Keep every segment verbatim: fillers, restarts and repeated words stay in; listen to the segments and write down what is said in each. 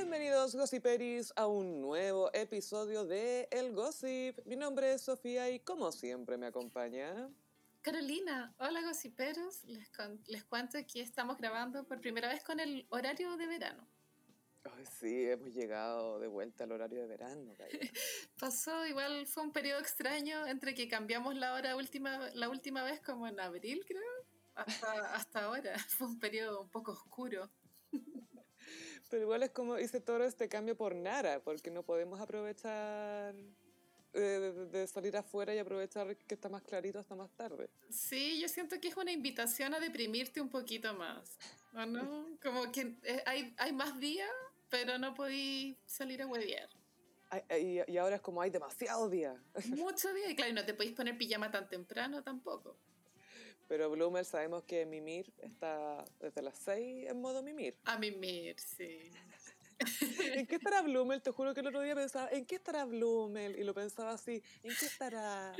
Bienvenidos Gossiperis a un nuevo episodio de El Gossip. Mi nombre es Sofía y como siempre me acompaña Carolina. Hola Gossiperos, les, con, les cuento que estamos grabando por primera vez con el horario de verano. Ay, sí, hemos llegado de vuelta al horario de verano. Pasó, igual fue un periodo extraño entre que cambiamos la hora última, la última vez como en abril creo, hasta, hasta ahora. Fue un periodo un poco oscuro. Pero igual es como hice todo este cambio por nada, porque no podemos aprovechar de, de, de salir afuera y aprovechar que está más clarito hasta más tarde. Sí, yo siento que es una invitación a deprimirte un poquito más, ¿o no? Como que hay, hay más días, pero no podí salir a huevear. Y, y ahora es como hay demasiados días. Muchos días, y claro, no te podéis poner pijama tan temprano tampoco. Pero Bloomer sabemos que Mimir está desde las seis en modo Mimir. A mimir, sí. ¿En qué estará Blumel? Te juro que el otro día pensaba, ¿en qué estará Blumel? Y lo pensaba así, ¿en qué estará?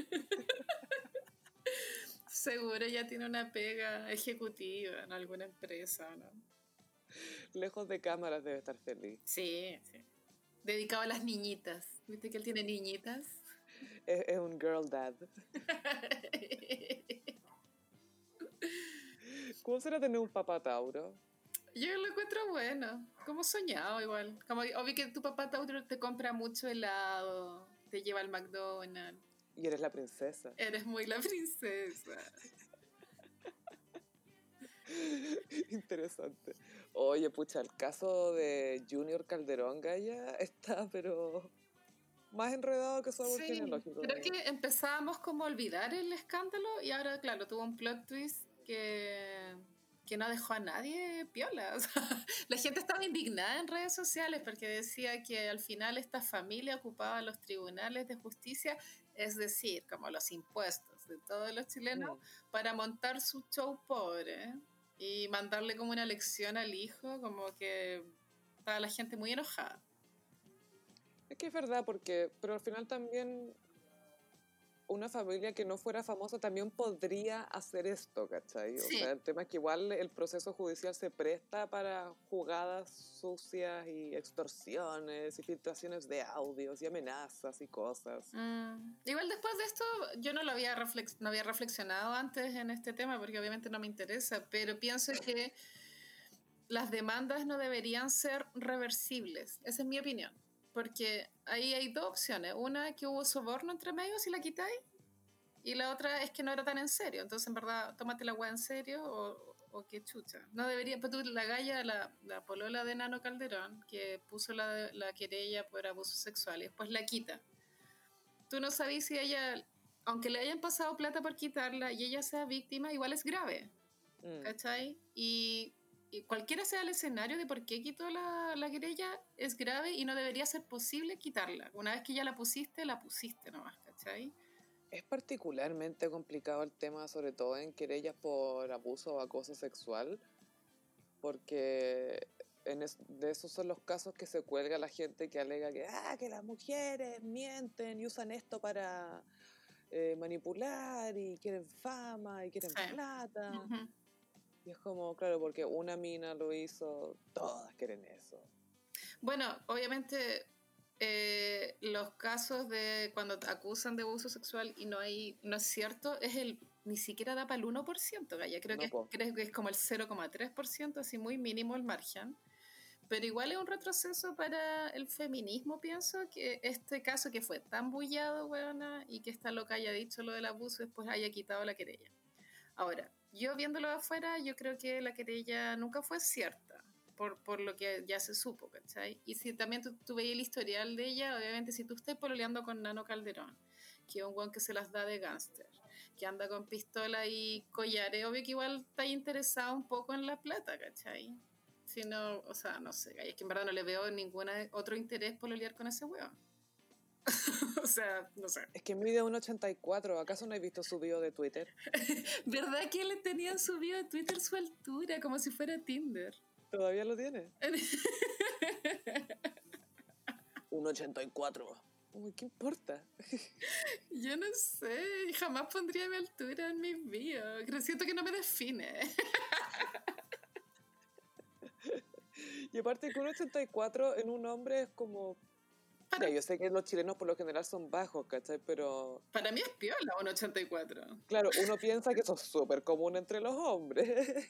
Seguro ya tiene una pega ejecutiva en alguna empresa, ¿no? Lejos de cámaras debe estar feliz. Sí, sí. Dedicado a las niñitas. ¿Viste que él tiene niñitas? Es, es un girl dad. ¿Cómo será tener un papá Tauro? Yo lo encuentro bueno, como soñado igual. Como obvio que tu papá Tauro te compra mucho helado, te lleva al McDonald's. Y eres la princesa. Eres muy la princesa. Interesante. Oye, pucha, el caso de Junior Calderón, Gaya, está pero más enredado que su árbol Sí, genealógico. creo que empezábamos como a olvidar el escándalo y ahora, claro, tuvo un plot twist que, que no dejó a nadie piola. O sea, la gente estaba indignada en redes sociales porque decía que al final esta familia ocupaba los tribunales de justicia, es decir, como los impuestos de todos los chilenos, mm. para montar su show pobre y mandarle como una lección al hijo, como que estaba la gente muy enojada. Es que es verdad, porque, pero al final también una familia que no fuera famosa también podría hacer esto, ¿cachai? Sí. O sea, el tema es que igual el proceso judicial se presta para jugadas sucias y extorsiones y filtraciones de audios y amenazas y cosas. Mm. Igual después de esto yo no lo había, reflex- no había reflexionado antes en este tema porque obviamente no me interesa, pero pienso que las demandas no deberían ser reversibles. Esa es mi opinión. Porque ahí hay dos opciones. Una es que hubo soborno entre medios y la quitáis. Y la otra es que no era tan en serio. Entonces, en verdad, tómate la hueá en serio o, o qué chucha. No debería... Pues tú, la galla, la, la polola de Nano Calderón, que puso la, la querella por abuso sexual y después la quita. Tú no sabes si ella... Aunque le hayan pasado plata por quitarla y ella sea víctima, igual es grave. Mm. ¿Cachai? Y... Y cualquiera sea el escenario de por qué quitó la, la querella, es grave y no debería ser posible quitarla. Una vez que ya la pusiste, la pusiste nomás, ¿cachai? Es particularmente complicado el tema, sobre todo en querellas por abuso o acoso sexual, porque en es, de esos son los casos que se cuelga la gente que alega que, ah, que las mujeres mienten y usan esto para eh, manipular y quieren fama y quieren sí. plata. Uh-huh. Y es como, claro, porque una mina lo hizo, todas quieren eso. Bueno, obviamente eh, los casos de cuando te acusan de abuso sexual y no hay no es cierto, es el ni siquiera da para el uno por ciento, Gaya. Creo, no, que es, creo que es como el cero coma tres por ciento, así muy mínimo el margen. Pero igual es un retroceso para el feminismo, pienso, que este caso que fue tan bullado, weona, y que esta loca haya dicho lo del abuso y después haya quitado la querella. Ahora, yo viéndolo de afuera, yo creo que la querella nunca fue cierta, por, por lo que ya se supo, ¿cachai? Y si también tú, tú veías el historial de ella, obviamente si tú estás pololeando con Nano Calderón, que es un guan que se las da de gángster, que anda con pistola y collares, obvio que igual está interesado un poco en la plata, ¿cachai? Si no, o sea, no sé, es que en verdad no le veo ningún otro interés pololear con ese weón. O sea, no sé. Es que mide uno ochenta y cuatro. ¿Acaso no has visto su bio de Twitter? ¿Verdad que le tenían su bio de Twitter su altura, como si fuera Tinder? ¿Todavía lo tiene? uno ochenta y cuatro. Uy, ¿qué importa? Yo no sé, jamás pondría mi altura en mis bios. Siento que no me define. Y aparte que un ochenta y cuatro en un hombre es como... Para... Ya, yo sé que los chilenos por lo general son bajos, ¿cachai? Pero... Para mí es piola un ochenta y cuatro. Claro, uno piensa que eso es súper común entre los hombres.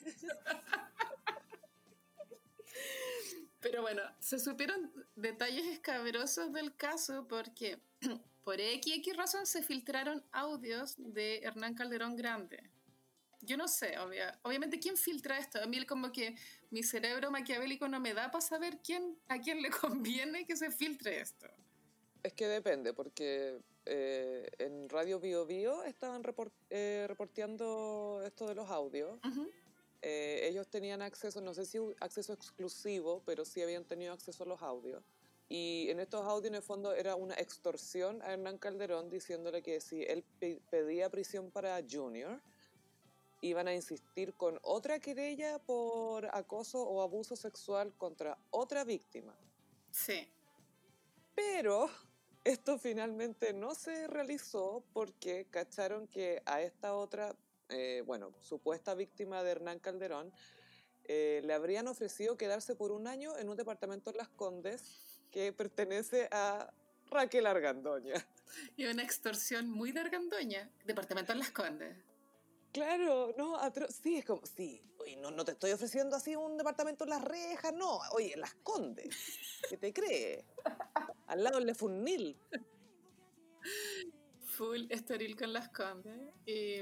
Pero bueno, se supieron detalles escabrosos del caso porque por X X razón se filtraron audios de Hernán Calderón Grande. Yo no sé, obvia, obviamente, ¿quién filtra esto? A mí como que mi cerebro maquiavélico no me da para saber quién, a quién le conviene que se filtre esto. Es que depende, porque eh, en Radio Bio Bio estaban report, eh, reporteando esto de los audios. Uh-huh. Eh, ellos tenían acceso, no sé si acceso exclusivo, pero sí habían tenido acceso a los audios. Y en estos audios, en el fondo, era una extorsión a Hernán Calderón diciéndole que si él pe- pedía prisión para Junior, iban a insistir con otra querella por acoso o abuso sexual contra otra víctima. Sí. Pero esto finalmente no se realizó porque cacharon que a esta otra, eh, bueno, supuesta víctima de Hernán Calderón, eh, le habrían ofrecido quedarse por un año en un departamento en Las Condes que pertenece a Raquel Argandoña. Y una extorsión muy de Argandoña, departamento en Las Condes. Claro, no, atro- sí, es como, sí, oye, no, no te estoy ofreciendo así un departamento en Las Rejas, no, oye, en Las Condes, ¿qué te crees? Al lado del Lefunil. Full estoril con Las Condes. Y...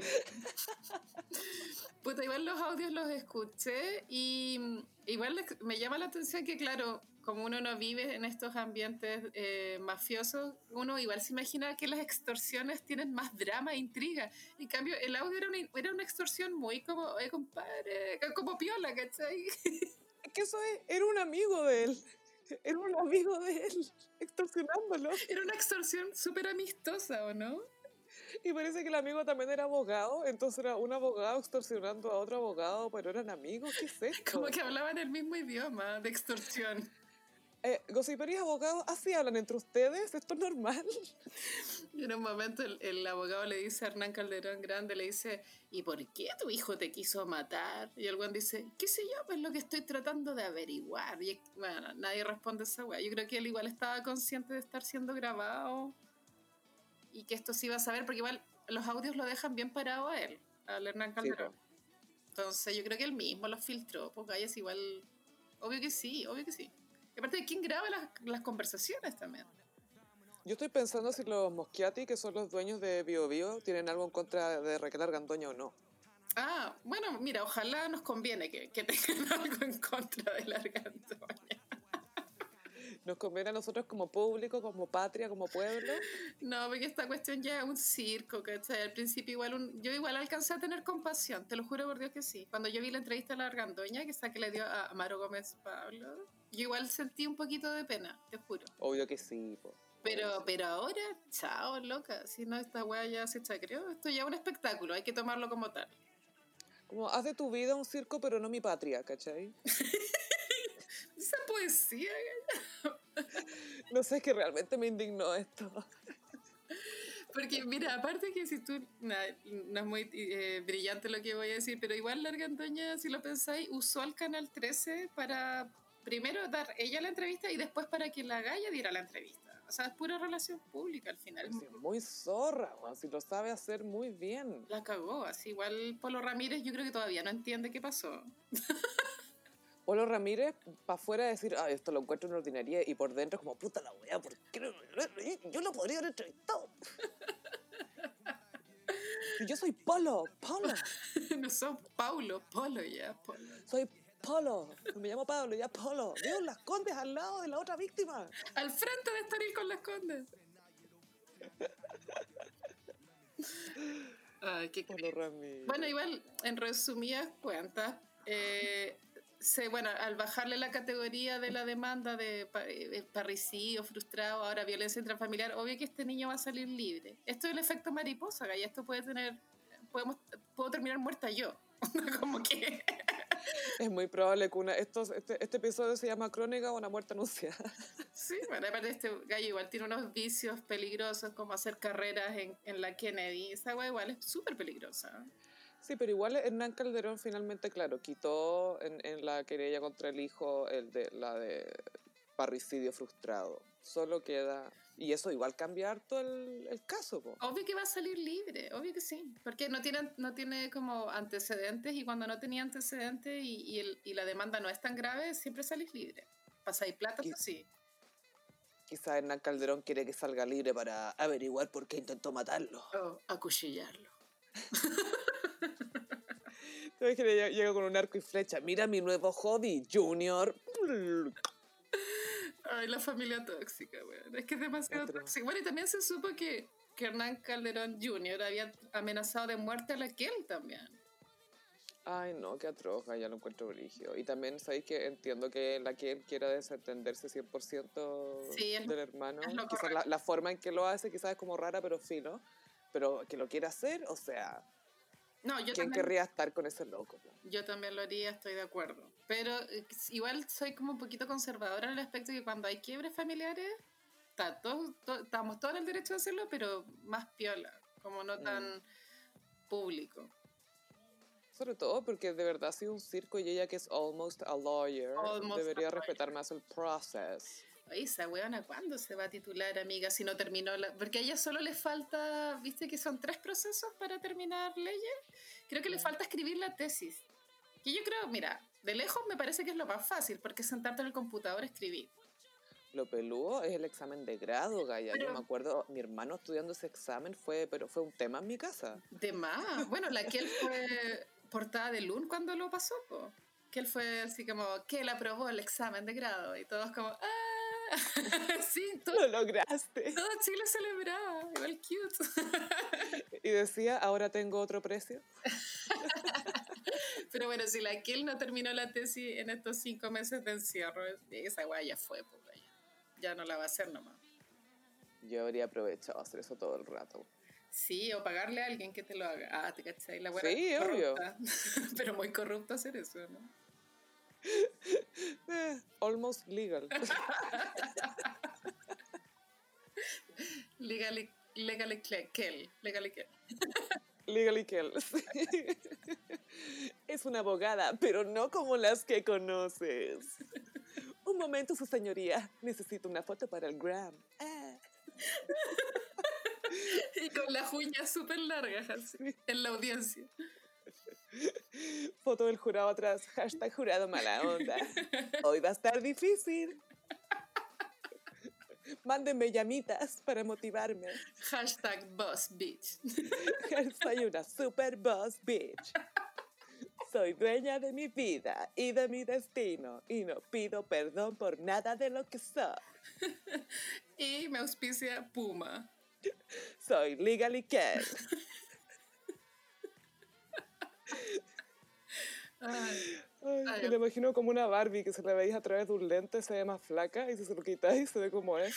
Puta, igual los audios los escuché y igual me llama la atención que, claro, como uno no vive en estos ambientes eh, mafiosos, uno igual se imagina que las extorsiones tienen más drama e intriga. En cambio, el audio era una, era una extorsión muy como, oye, compadre, como piola, ¿cachai? Es que eso es, era un amigo de él. Era un amigo de él, extorsionándolo. Era una extorsión súper amistosa, ¿o no? Y parece que el amigo también era abogado, entonces era un abogado extorsionando a otro abogado, pero eran amigos, ¿qué es esto? Como que hablaban el mismo idioma de extorsión. Eh, ¿Gossiperis abogados así hablan entre ustedes? ¿Esto es normal? Y en un momento el, el abogado le dice a Hernán Calderón Grande, le dice, ¿y por qué tu hijo te quiso matar? Y el güey dice, qué sé yo, pues lo que estoy tratando de averiguar. Y bueno, nadie responde a esa weá. Yo creo que él igual estaba consciente de estar siendo grabado y que esto se iba a saber, porque igual los audios lo dejan bien parado a él, al Hernán Calderón. Sí, pues. Entonces yo creo que él mismo los filtró, porque es igual, obvio que sí, obvio que sí. Y aparte, ¿quién graba las, las conversaciones también? Yo estoy pensando si los Moschiati, que son los dueños de Bio Bio, tienen algo en contra de Raquel Argandoña o no. Ah, bueno, mira, ojalá nos conviene que, que tengan algo en contra de la Argandoña. ¿Nos conviene a nosotros como público, como patria, como pueblo? No, porque esta cuestión ya es un circo, ¿cachai? Al principio igual un, yo igual alcancé a tener compasión, te lo juro por Dios que sí. Cuando yo vi la entrevista a la Argandoña, que esa que le dio a Amaro Gómez Pablo, yo igual sentí un poquito de pena, te juro. Obvio que sí, po. Pero, pero ahora, chao, loca, si no, esta wea ya se chacreó, esto ya es un espectáculo, hay que tomarlo como tal. Como, haz de tu vida un circo, pero no mi patria, ¿cachai? Esa poesía, no sé, es que realmente me indignó esto. Porque mira, aparte que si tú, nah, no es muy eh, brillante lo que voy a decir, pero igual la Argandoña, si lo pensáis, usó al Canal trece para primero dar ella la entrevista y después para que la Galla diera la entrevista. O sea, es pura relación pública al final. Sí, muy zorra, man, si lo sabe hacer muy bien. La cagó, así igual Polo Ramírez yo creo que todavía no entiende qué pasó. Polo Ramírez, para afuera decir, ah, esto lo encuentro en ordinaria, y por dentro como, puta la wea, ¿por qué no? Yo lo podría haber entrevistado. Y yo soy Polo, Polo. No soy Paulo, Polo ya, Polo. Soy Polo, me llamo Pablo, ya Polo. Veo Las Condes al lado de la otra víctima. Al frente de Estoril con Las Condes. Ay, qué Polo Ramírez. Bueno, igual, en resumidas cuentas, eh, se, bueno, al bajarle la categoría de la demanda de parricidio, frustrado, ahora violencia intrafamiliar, obvio que este niño va a salir libre. Esto es el efecto mariposa, y esto puede tener, podemos, puedo terminar muerta yo. Como que... Es muy probable que una, estos, este, este episodio se llama Crónica o una muerte anunciada. Sí, bueno, aparte este gallo igual tiene unos vicios peligrosos como hacer carreras en, en la Kennedy. Esa agua igual es súper peligrosa. Sí, pero igual Hernán Calderón finalmente, claro, quitó en, en la querella contra el hijo el de, la de parricidio frustrado. Solo queda... Y eso igual cambia harto el, el caso, po. Obvio que va a salir libre, obvio que sí. Porque no tiene, no tiene como antecedentes y cuando no tenía antecedentes y, y, el, y la demanda no es tan grave, siempre salís libre. Pasáis plata, eso sí. Quizá Hernán Calderón quiere que salga libre para averiguar por qué intentó matarlo. O acuchillarlo. Entonces que llega con un arco y flecha. Mira mi nuevo hobby, Junior. Ay, la familia tóxica, weón. Es que es demasiado Otro. tóxica. Bueno, y también se supo que, que Hernán Calderón junior había amenazado de muerte a la Kel también. Ay, no, qué atroz, ya lo encuentro brígido. Y también, ¿sabéis que entiendo que la Kel quiera desentenderse cien por ciento sí, del hermano? Quizás la, la forma en que lo hace quizás es como rara, pero filo. Pero que lo quiera hacer, o sea... No, yo ¿Quién también, querría estar con ese loco? Yo también lo haría, estoy de acuerdo. Pero eh, igual soy como un poquito conservadora en el aspecto de que cuando hay quiebres familiares, está todo, todo, estamos todos en el derecho de hacerlo, pero más piola, como no tan mm. público. Sobre todo porque de verdad ha sido un circo y ella que es almost a lawyer, almost debería a respetar lawyer. Más el proceso. Oye, esa weona, ¿cuándo se va a titular, amiga? Si no terminó la... Porque a ella solo le falta, ¿viste que son tres procesos para terminar leyes? Creo que le falta escribir la tesis. Que yo creo, mira, de lejos me parece que es lo más fácil, porque sentarte en el computador a escribir. Lo peludo es el examen de grado, Gaya. Pero, yo me acuerdo, mi hermano estudiando ese examen fue, pero fue un tema en mi casa. De más. Bueno, la que él fue portada de Lun cuando lo pasó, po. Que él fue así como, que él aprobó el examen de grado. Y todos como, ¡ah! Sí, todo, lo lograste. Todo Chile celebraba, igual cute. Y decía, ahora tengo otro precio. Pero bueno, si la Kel no terminó la tesis en estos cinco meses de encierro, esa guay ya fue, pues ya, ya no la va a hacer nomás. Yo habría aprovechado hacer eso todo el rato. Sí, o pagarle a alguien que te lo haga. Ah, ¿te cachai? La buena sí, corrupta. Obvio. Pero muy corrupto hacer eso, ¿no? Eh, almost legal. Legally, legally Kel. Legally Kel. Legally Kel. Es una abogada, pero no como las que conoces. Un momento, su señoría. Necesito una foto para el gram. Ah. Y con las uñas súper largas así, en la audiencia. Foto del jurado atrás. Hashtag jurado mala onda. Hoy va a estar difícil. Mándenme llamitas para motivarme. Hashtag boss bitch. Soy una super boss bitch. Soy dueña de mi vida y de mi destino. Y no pido perdón por nada de lo que soy. Y me auspicia Puma. Soy Legally Kel. Ay, Ay, ay, me lo imagino como una Barbie que se la veis a través de un lente, se ve más flaca y si se lo quitáis se ve como es.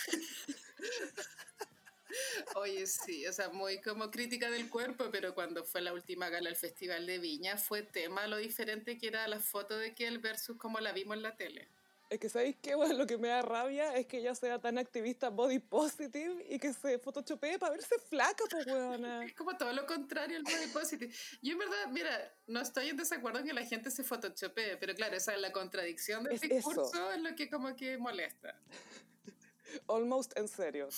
Oye, sí, o sea, muy como crítica del cuerpo, pero cuando fue la última gala del Festival de Viña fue tema lo diferente que era la foto de Kel versus como la vimos en la tele. Es que, ¿sabéis qué? Bueno, lo que me da rabia es que ella sea tan activista body positive y que se photoshopee para verse flaca, pues, weona. Es como todo lo contrario el body positive. Yo, en verdad, mira, no estoy en desacuerdo en que la gente se photoshopee, pero claro, esa es la contradicción del es discurso, eso. es lo que como que molesta. Almost en serio.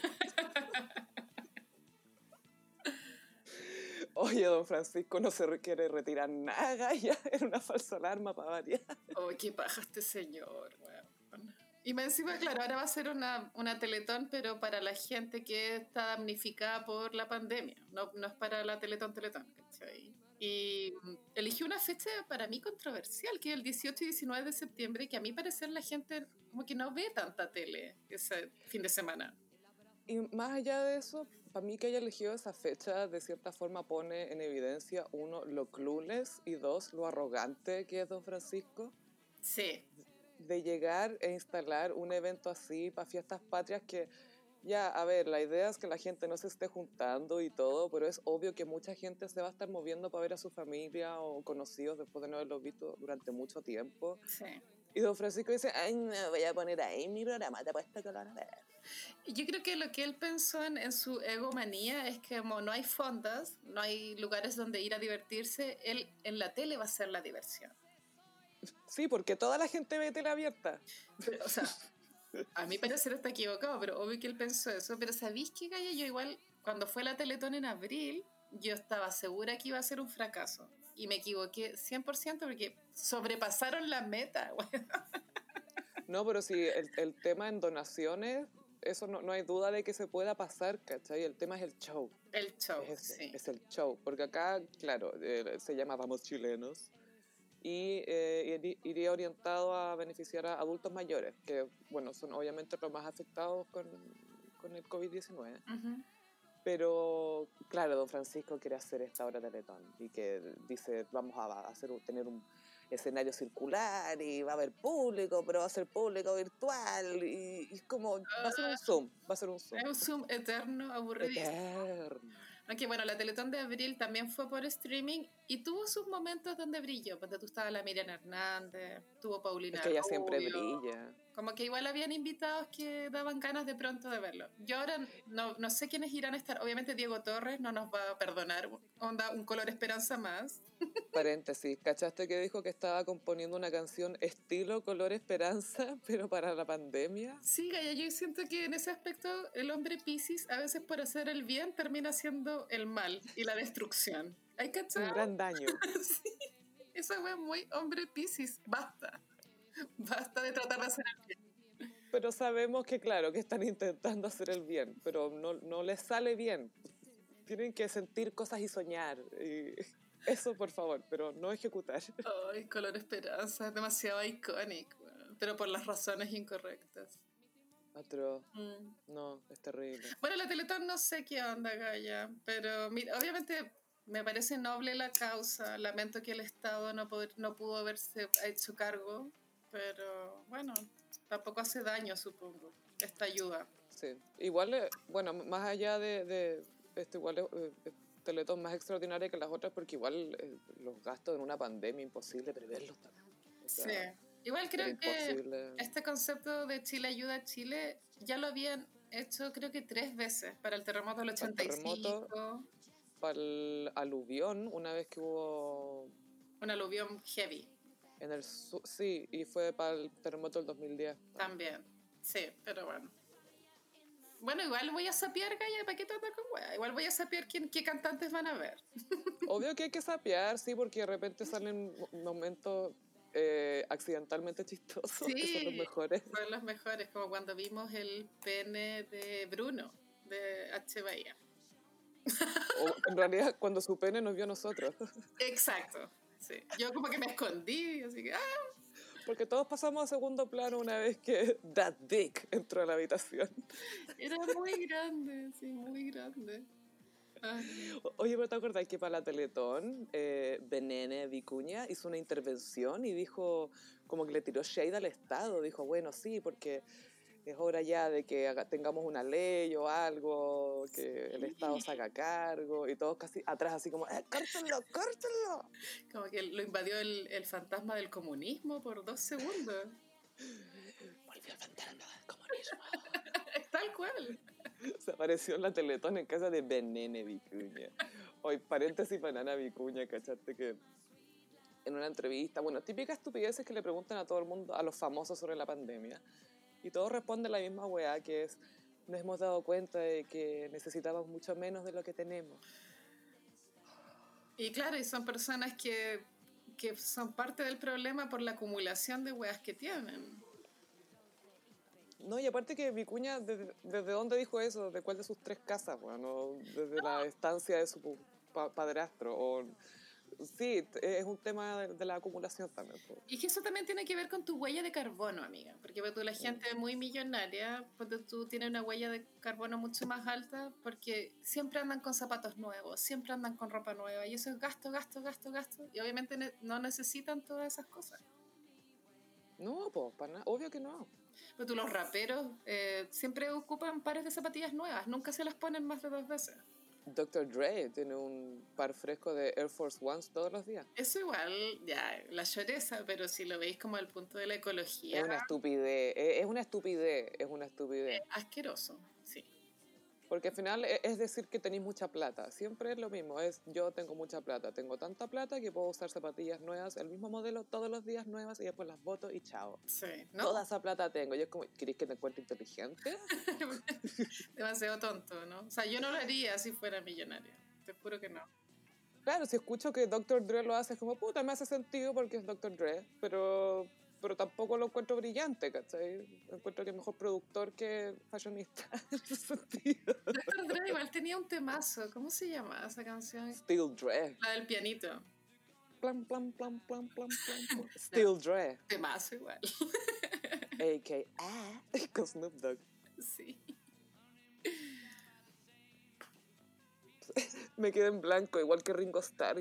Oye, don Francisco no se quiere retirar nada, ya era una falsa alarma para variar. Oh, qué paja este señor, weón. Y más encima, claro, ahora va a ser una, una Teletón, pero para la gente que está damnificada por la pandemia, no, no es para la Teletón Teletón, ¿cachai? Y eligió una fecha para mí controversial, que es el dieciocho y diecinueve de septiembre, que a mi parecer la gente como que no ve tanta tele ese fin de semana. Y más allá de eso, para mí que haya elegido esa fecha, de cierta forma pone en evidencia, uno, lo clueless, y dos, lo arrogante que es don Francisco. Sí. De llegar e instalar un evento así para fiestas patrias que, ya, a ver, la idea es que la gente no se esté juntando y todo, pero es obvio que mucha gente se va a estar moviendo para ver a su familia o conocidos después de no haberlos visto durante mucho tiempo. Sí. Y don Francisco dice, ay, no, voy a poner ahí mi programa, te apuesto que lo van a ver. Yo creo que lo que él pensó en, en su egomanía es que como no hay fondas, no hay lugares donde ir a divertirse, él en la tele va a ser la diversión. Sí, porque toda la gente ve tele abierta. Pero, o sea, a mí parecer está equivocado, pero obvio que él pensó eso. Pero ¿sabéis qué, Gaya? Yo igual, cuando fue la Teletón en abril, yo estaba segura que iba a ser un fracaso. Y me equivoqué cien por ciento porque sobrepasaron la meta, güey. No, pero sí, el, el tema en donaciones, eso no, no hay duda de que se pueda pasar, ¿cachai? El tema es el show. El show, es ese, sí. Es el show, porque acá, claro, eh, se llama Vamos Chilenos y eh, iría orientado a beneficiar a adultos mayores, que, bueno, son obviamente los más afectados con, con el covid diecinueve. Uh-huh. Pero, claro, don Francisco quiere hacer esta obra de Teletón y que dice, vamos a hacer, tener un escenario circular y va a haber público, pero va a ser público virtual y, y es como, va a ser un Zoom, va a ser un Zoom. Es un Zoom eterno, aburridísimo. Eterno. Aunque bueno, la Teletón de abril también fue por streaming y tuvo sus momentos donde brilló. Porque tú estabas la Miriam Hernández, tuvo Paulina Es que ella Rubio, siempre brilla. Como que igual habían invitados que daban ganas de pronto de verlo. Yo ahora no, no sé quiénes irán a estar. Obviamente Diego Torres no nos va a perdonar. Onda, un color esperanza más. Paréntesis, ¿cachaste que dijo que estaba componiendo una canción estilo Color Esperanza, pero para la pandemia? Sí, Gaya, yo siento que en ese aspecto el hombre Piscis a veces por hacer el bien termina haciendo el mal y la destrucción. ¿Hay cachado? Un gran daño. Sí, esa wea es muy hombre Piscis. Basta. Basta de tratar de hacer el bien. Pero sabemos que, claro, que están intentando hacer el bien, pero no, no les sale bien. Tienen que sentir cosas y soñar. Y eso, por favor, pero no ejecutar. Ay, Color Esperanza, es demasiado icónico, pero por las razones incorrectas. Otro. Mm. No, es terrible. Bueno, la Teletón no sé qué onda, Gaya, pero mira, obviamente me parece noble la causa. Lamento que el Estado no, poder, no pudo haberse hecho cargo, pero bueno, tampoco hace daño, supongo, esta ayuda. Sí, igual, bueno, más allá de, de esto, igual es eh, Teletón más extraordinaria que las otras, porque igual eh, los gastos en una pandemia, imposible preverlos también. O sea, sí, igual creo que este concepto de Chile ayuda a Chile ya lo habían hecho creo que tres veces, para el terremoto del ochenta y cinco. Para el terremoto, para el aluvión, una vez que hubo... Un aluvión heavy. En el su- sí, y fue para el terremoto del dos mil diez. También, sí, pero bueno. Bueno, igual voy a sapear, Gaya, ¿para qué tratar con wea? Igual voy a sapear quién, qué cantantes van a ver. Obvio que hay que sapear, sí, porque de repente salen momentos eh, accidentalmente chistosos, sí, que son los mejores. Son los mejores, como cuando vimos el pene de Bruno, de H. Bahía. O en realidad, cuando su pene nos vio a nosotros. Exacto, sí. Yo como que me escondí, así que... ¡ah! Porque todos pasamos a segundo plano una vez que That Dick entró a la habitación. Era muy grande, sí, muy grande. Ay. Oye, pero ¿te acordás que para la Teletón eh, Benene Vicuña hizo una intervención y dijo, como que le tiró shade al Estado? Dijo, bueno, sí, porque es hora ya de que haga, tengamos una ley o algo, que el Estado se haga cargo, y todos casi atrás así como, eh, ¡córtenlo, córtenlo! Como que lo invadió el, el fantasma del comunismo por dos segundos. Volvió el fantasma del comunismo. Tal cual. Se apareció en la Teletón en casa de Benene Vicuña. Hoy, paréntesis, Banana Vicuña, ¿cachaste? Que en una entrevista, bueno, típica estupideces que le preguntan a todo el mundo, a los famosos sobre la pandemia, y todos responden la misma weá, que es, nos hemos dado cuenta de que necesitamos mucho menos de lo que tenemos. Y claro, y son personas que, que son parte del problema por la acumulación de weas que tienen. No, y aparte que Vicuña, ¿desde, desde dónde dijo eso? ¿De cuál de sus tres casas? Bueno, desde no. la estancia de su pa- padrastro, o... Sí, es un tema de, de la acumulación también. Pues. Y que eso también tiene que ver con tu huella de carbono, amiga. Porque tú, la gente muy millonaria, pues tú tienes una huella de carbono mucho más alta porque siempre andan con zapatos nuevos, siempre andan con ropa nueva. Y eso es gasto, gasto, gasto, gasto. Y obviamente ne- no necesitan todas esas cosas. No, pues, para nada. Obvio que no. Pero tú, los raperos eh, siempre ocupan pares de zapatillas nuevas. Nunca se las ponen más de dos veces. doctor Dre tiene un par fresco de Air Force Ones todos los días. Eso igual, ya, la lloreza, pero si lo veis como al punto de la ecología... Es una estupidez, es una estupidez, es una estupidez. Es asqueroso, sí. Porque al final es decir que tenéis mucha plata. Siempre es lo mismo. Es yo tengo mucha plata. Tengo tanta plata que puedo usar zapatillas nuevas, el mismo modelo, todos los días nuevas y después las boto y chao. Sí, ¿no? Toda esa plata tengo. Y es como, ¿queréis que te encuentre inteligente? Demasiado tonto, ¿no? O sea, yo no lo haría si fuera millonaria. Te juro que no. Claro, si escucho que doctor Dre lo hace, es como, puta, me hace sentido porque es doctor Dre. Pero... pero tampoco lo encuentro brillante, ¿cachai? Encuentro que es mejor productor que fashionista en ese sentido. doctor Dre igual tenía un temazo. ¿Cómo se llama esa canción? Still Dre. La del pianito. Plan, plan, plan, plan, plan, plan. Still Dre. Temazo igual. A K A con Snoop Dogg. Sí. Me quedé en blanco, igual que Ringo Starr.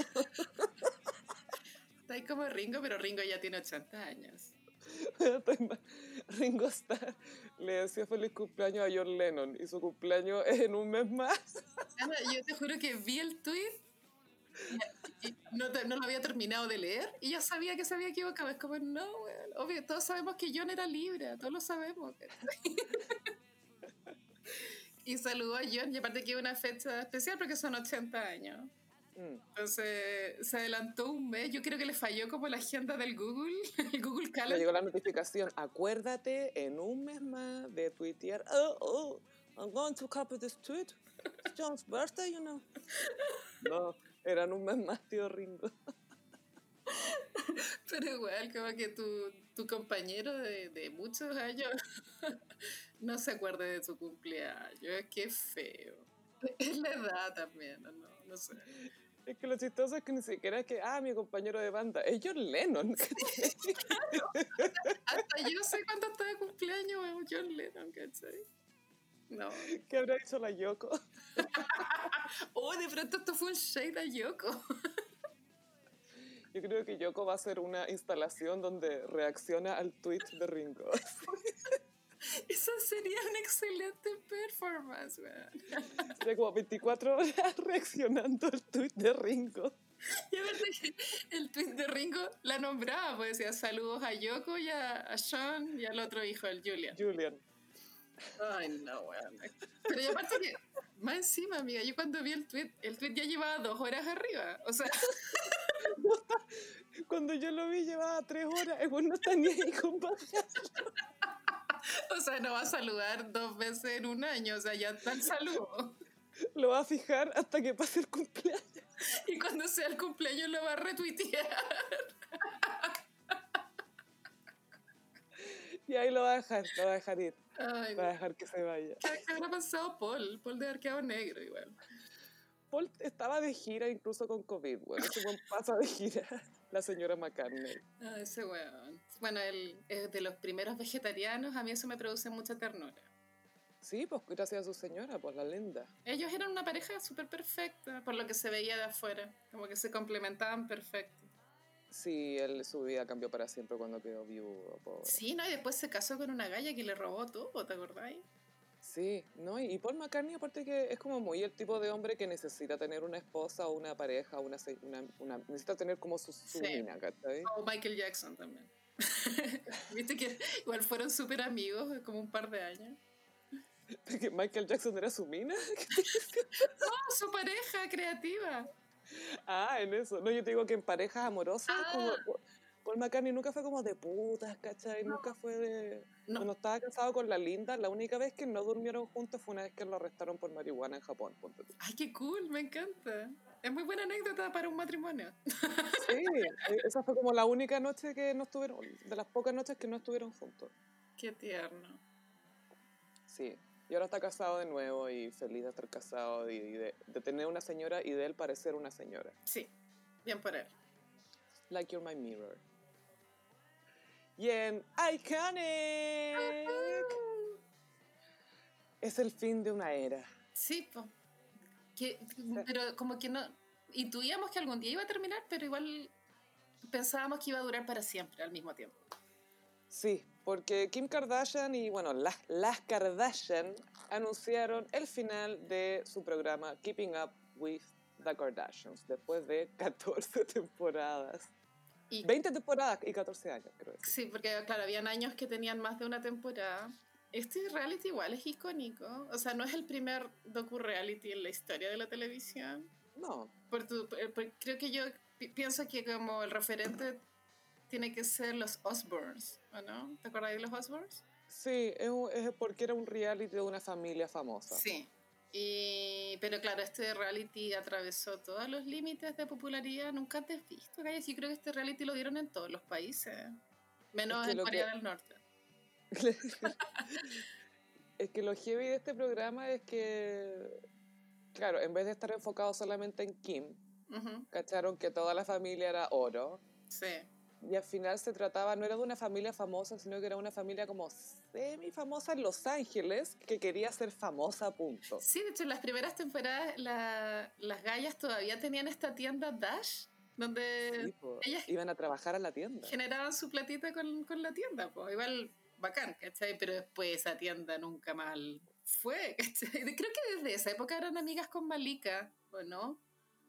Está ahí como Ringo, pero Ringo ya tiene ochenta años. Ringo Starr le decía feliz cumpleaños a John Lennon y su cumpleaños es en un mes más. Ana, yo te juro que vi el tweet y, y no, te, no lo había terminado de leer y ya sabía que se había equivocado. Es como, no, weón. Obvio, todos sabemos que John era Libra, todos lo sabemos. Y saludó a John, y aparte que es una fecha especial porque son ochenta años. Entonces se adelantó un mes. Yo creo que le falló como la agenda del Google, el Google Calendar. Le llegó la notificación, acuérdate en un mes más de tuitear, oh, oh, I'm going to copy this tweet. It's John's birthday, you know. No, eran un mes más, tío Ringo. Pero igual, como que tu, tu compañero de, de muchos años no se acuerde de su cumpleaños. Qué feo. Es la edad también, no, no sé. Es que lo chistoso es que ni siquiera es que, ah, mi compañero de banda, es John Lennon. Sí, claro. Hasta yo sé cuándo está de cumpleaños John Lennon, ¿cachai? No. ¿Qué habrá hecho la Yoko? Oh, de pronto esto fue un shade a Yoko. Yo creo que Yoko va a hacer una instalación donde reacciona al tweet de Ringo. Eso sería una excelente performance, man. Sería como veinticuatro horas reaccionando al tweet de Ringo. Y a ver, el tweet de Ringo la nombraba, pues decía saludos a Yoko y a, a Sean y al otro hijo, el Julian. Julian. Ay, no, weón. Pero y aparte que, más encima, amiga, yo cuando vi el tweet, el tweet ya llevaba dos horas arriba. O sea... Cuando yo lo vi llevaba tres horas. Es bueno, no está ni ahí con bajarlo. O sea, no va a saludar dos veces en un año. O sea, ya está el saludo. Lo va a fijar hasta que pase el cumpleaños. Y cuando sea el cumpleaños lo va a retuitear. Y ahí lo va a dejar, lo va a dejar ir. Ay, va a dejar que se vaya. ¿Qué, qué habrá pasado Paul? Paul debe haber quedado negro igual. Paul estaba de gira incluso con COVID, güey. Ese buen pasa de gira. La señora McCartney. Ah, ese weón. Bueno, él es de los primeros vegetarianos. A mí eso me produce mucha ternura. Sí, pues gracias a su señora, pues la linda. Ellos eran una pareja súper perfecta, por lo que se veía de afuera. Como que se complementaban perfecto. Sí, él, su vida cambió para siempre cuando quedó viudo, pobre. Sí, ¿no? Y después se casó con una galla que le robó todo, ¿te acordáis? Sí, ¿no? Y Paul McCartney aparte que es como muy el tipo de hombre que necesita tener una esposa o una pareja, una, una, una necesita tener como su, su sí. mina, ¿cachai? O Michael Jackson también. Viste que igual fueron súper amigos como un par de años. ¿Que Michael Jackson era su mina? No, su pareja creativa. Ah, en eso. No, yo te digo que en parejas amorosas, ah. como Paul McCartney nunca fue como de putas, ¿cachai? No. Nunca fue de... No. Cuando estaba casado con la Linda, la única vez que no durmieron juntos fue una vez que lo arrestaron por marihuana en Japón. Ponte tú. Ay, qué cool, me encanta. Es muy buena anécdota para un matrimonio. Sí, esa fue como la única noche que no estuvieron, de las pocas noches que no estuvieron juntos. Qué tierno. Sí, y ahora está casado de nuevo y feliz de estar casado y de, de tener una señora y de él parecer una señora. Sí, bien por él. Like you're my mirror. Y en Iconic uh-huh. es el fin de una era. Sí, po. Que, pero como que no intuíamos que algún día iba a terminar, pero igual pensábamos que iba a durar para siempre al mismo tiempo. Sí, porque Kim Kardashian y, bueno, las, las Kardashian anunciaron el final de su programa Keeping Up with the Kardashians, después de catorce temporadas. Y, veinte temporadas y catorce años, creo decir. Sí, porque, claro, habían años que tenían más de una temporada. Este reality igual es icónico. O sea, no es el primer docu-reality en la historia de la televisión. No. Por tu, por, por, creo que yo pi- pienso que como el referente tiene que ser los Osbournes, ¿o no? ¿Te acuerdas de los Osbournes? Sí, es, un, es porque era un reality de una familia famosa. Sí. Y, pero claro, este reality atravesó todos los límites de popularidad nunca antes visto. Yo creo que este reality lo dieron en todos los países, menos es que en Corea que... del Norte. Es que lo heavy de este programa es que, claro, en vez de estar enfocado solamente en Kim, uh-huh. cacharon que toda la familia era oro. Sí. Y al final se trataba, no era de una familia famosa, sino que era una familia como semi-famosa en Los Ángeles, que quería ser famosa, punto. Sí, de hecho, en las primeras temporadas la, las gallas todavía tenían esta tienda Dash, donde sí, po, ellas iban a trabajar a la tienda. Generaban su platita con, con la tienda, pues igual bacán, ¿cachai? Pero después esa tienda nunca más fue, ¿cachai? Creo que desde esa época eran amigas con Malika, ¿o no?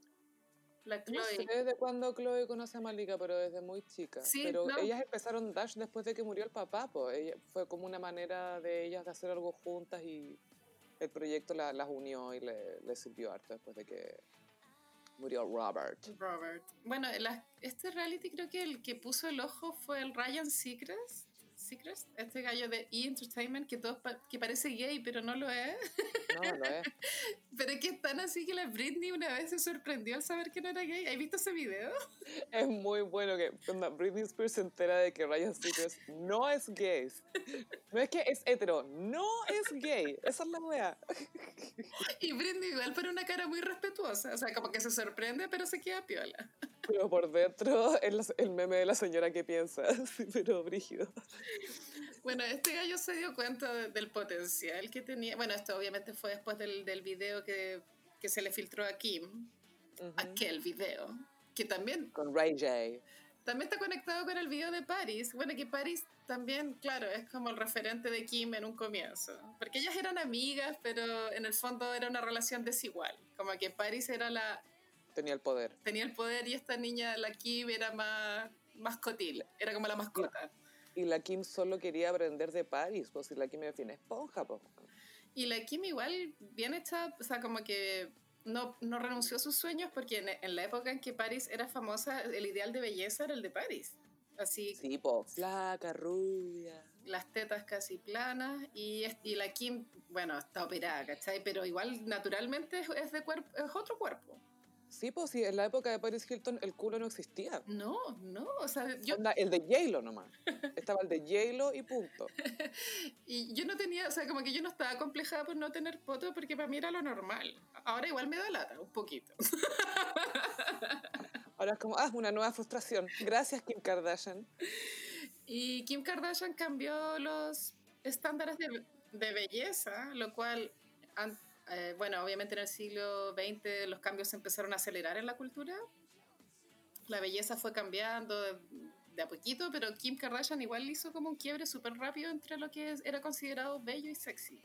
La Chloe. No sé desde cuándo Chloe conoce a Malika, pero desde muy chica. Sí, pero no. ellas empezaron Dash después de que murió el papá, pues. Ella, fue como una manera de ellas de hacer algo juntas y el proyecto la, las unió y le, le sirvió harto después de que murió Robert. Robert. Bueno, la, este reality creo que el que puso el ojo fue el Ryan Seacrest. Seacrest, este gallo de E! Entertainment que, todo, que parece gay, pero no lo es. No, no lo es. Pero es que es tan así que la Britney una vez se sorprendió al saber que no era gay. ¿Has visto ese video? Es muy bueno que Britney Spears se entera de que Ryan Seacrest no es gay. No es que es hetero, no es gay. Esa es la wea. Y Britney igual pone una cara muy respetuosa. O sea, como que se sorprende, pero se queda piola. Pero por dentro es el meme de la señora que piensa, pero brígido. Bueno, este gallo se dio cuenta de, del potencial que tenía. Bueno, esto obviamente fue después del, del video que, que se le filtró a Kim. Uh-huh. Aquel video. Que también... Con Ray J. También está conectado con el video de Paris. Bueno, que Paris también, claro, es como el referente de Kim en un comienzo. Porque ellas eran amigas, pero en el fondo era una relación desigual. Como que Paris era la... Tenía el poder. Tenía el poder y esta niña, la Kim, era más mascotil. Era como la mascota. Y, y la Kim solo quería aprender de Paris, pues si la Kim era fin esponja, pues. Y la Kim igual bien hecha, o sea, como que no, no renunció a sus sueños porque en, en la época en que Paris era famosa, el ideal de belleza era el de Paris. Así. Sí, pues, flaca, rubia. Las tetas casi planas y, y la Kim, bueno, está operada, ¿cachai? Pero igual naturalmente es, es de cuerpo, es otro cuerpo. Sí, pues sí, en la época de Paris Hilton el culo no existía. No, no, o sea, yo... Onda, el de J-Lo nomás. Estaba el de J-Lo y punto. Y yo no tenía, o sea, como que yo no estaba complejada por no tener poto porque para mí era lo normal. Ahora igual me da lata, un poquito. Ahora es como, ah, una nueva frustración. Gracias, Kim Kardashian. Y Kim Kardashian cambió los estándares de, de belleza, lo cual... Han, Eh, bueno, obviamente en el siglo veinte los cambios se empezaron a acelerar en la cultura. La belleza fue cambiando de, de a poquito, pero Kim Kardashian igual hizo como un quiebre súper rápido entre lo que era considerado bello y sexy.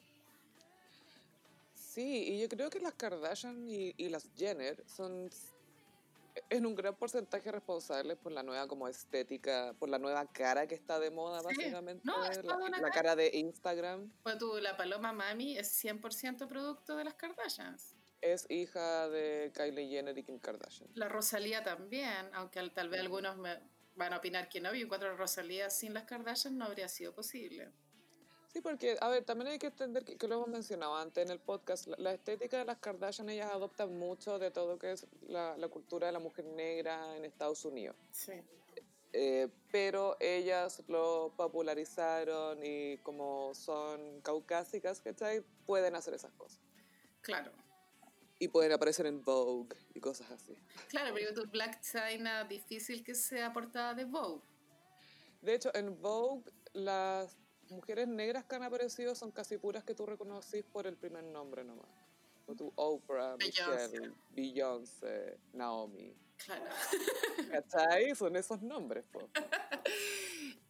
Sí, y yo creo que las Kardashian y, y las Jenner son en un gran porcentaje responsables por la nueva como estética, por la nueva cara que está de moda, sí. básicamente. No, la, la cara. cara de Instagram. Pues tú, la Paloma Mami es cien por ciento producto de las Kardashians. Es hija de Kylie Jenner y Kim Kardashian. La Rosalía también, aunque tal vez algunos me van a opinar que no, yo encuentro a Rosalía sin las Kardashian no habría sido posible. Sí, porque, a ver, también hay que entender que, que lo hemos mencionado antes en el podcast, la, la estética de las Kardashian, ellas adoptan mucho de todo lo que es la, la cultura de la mujer negra en Estados Unidos. Sí. Eh, pero ellas lo popularizaron y como son caucásicas, ¿cachai? Pueden hacer esas cosas. Claro. Y pueden aparecer en Vogue y cosas así. Claro, pero tu Black China, difícil que sea portada de Vogue. De hecho, en Vogue, las mujeres negras que han aparecido son casi puras que tú reconocís por el primer nombre nomás. O tu Oprah, Michelle, Beyoncé, Naomi. Claro. ¿Cachai? Son esos nombres, po.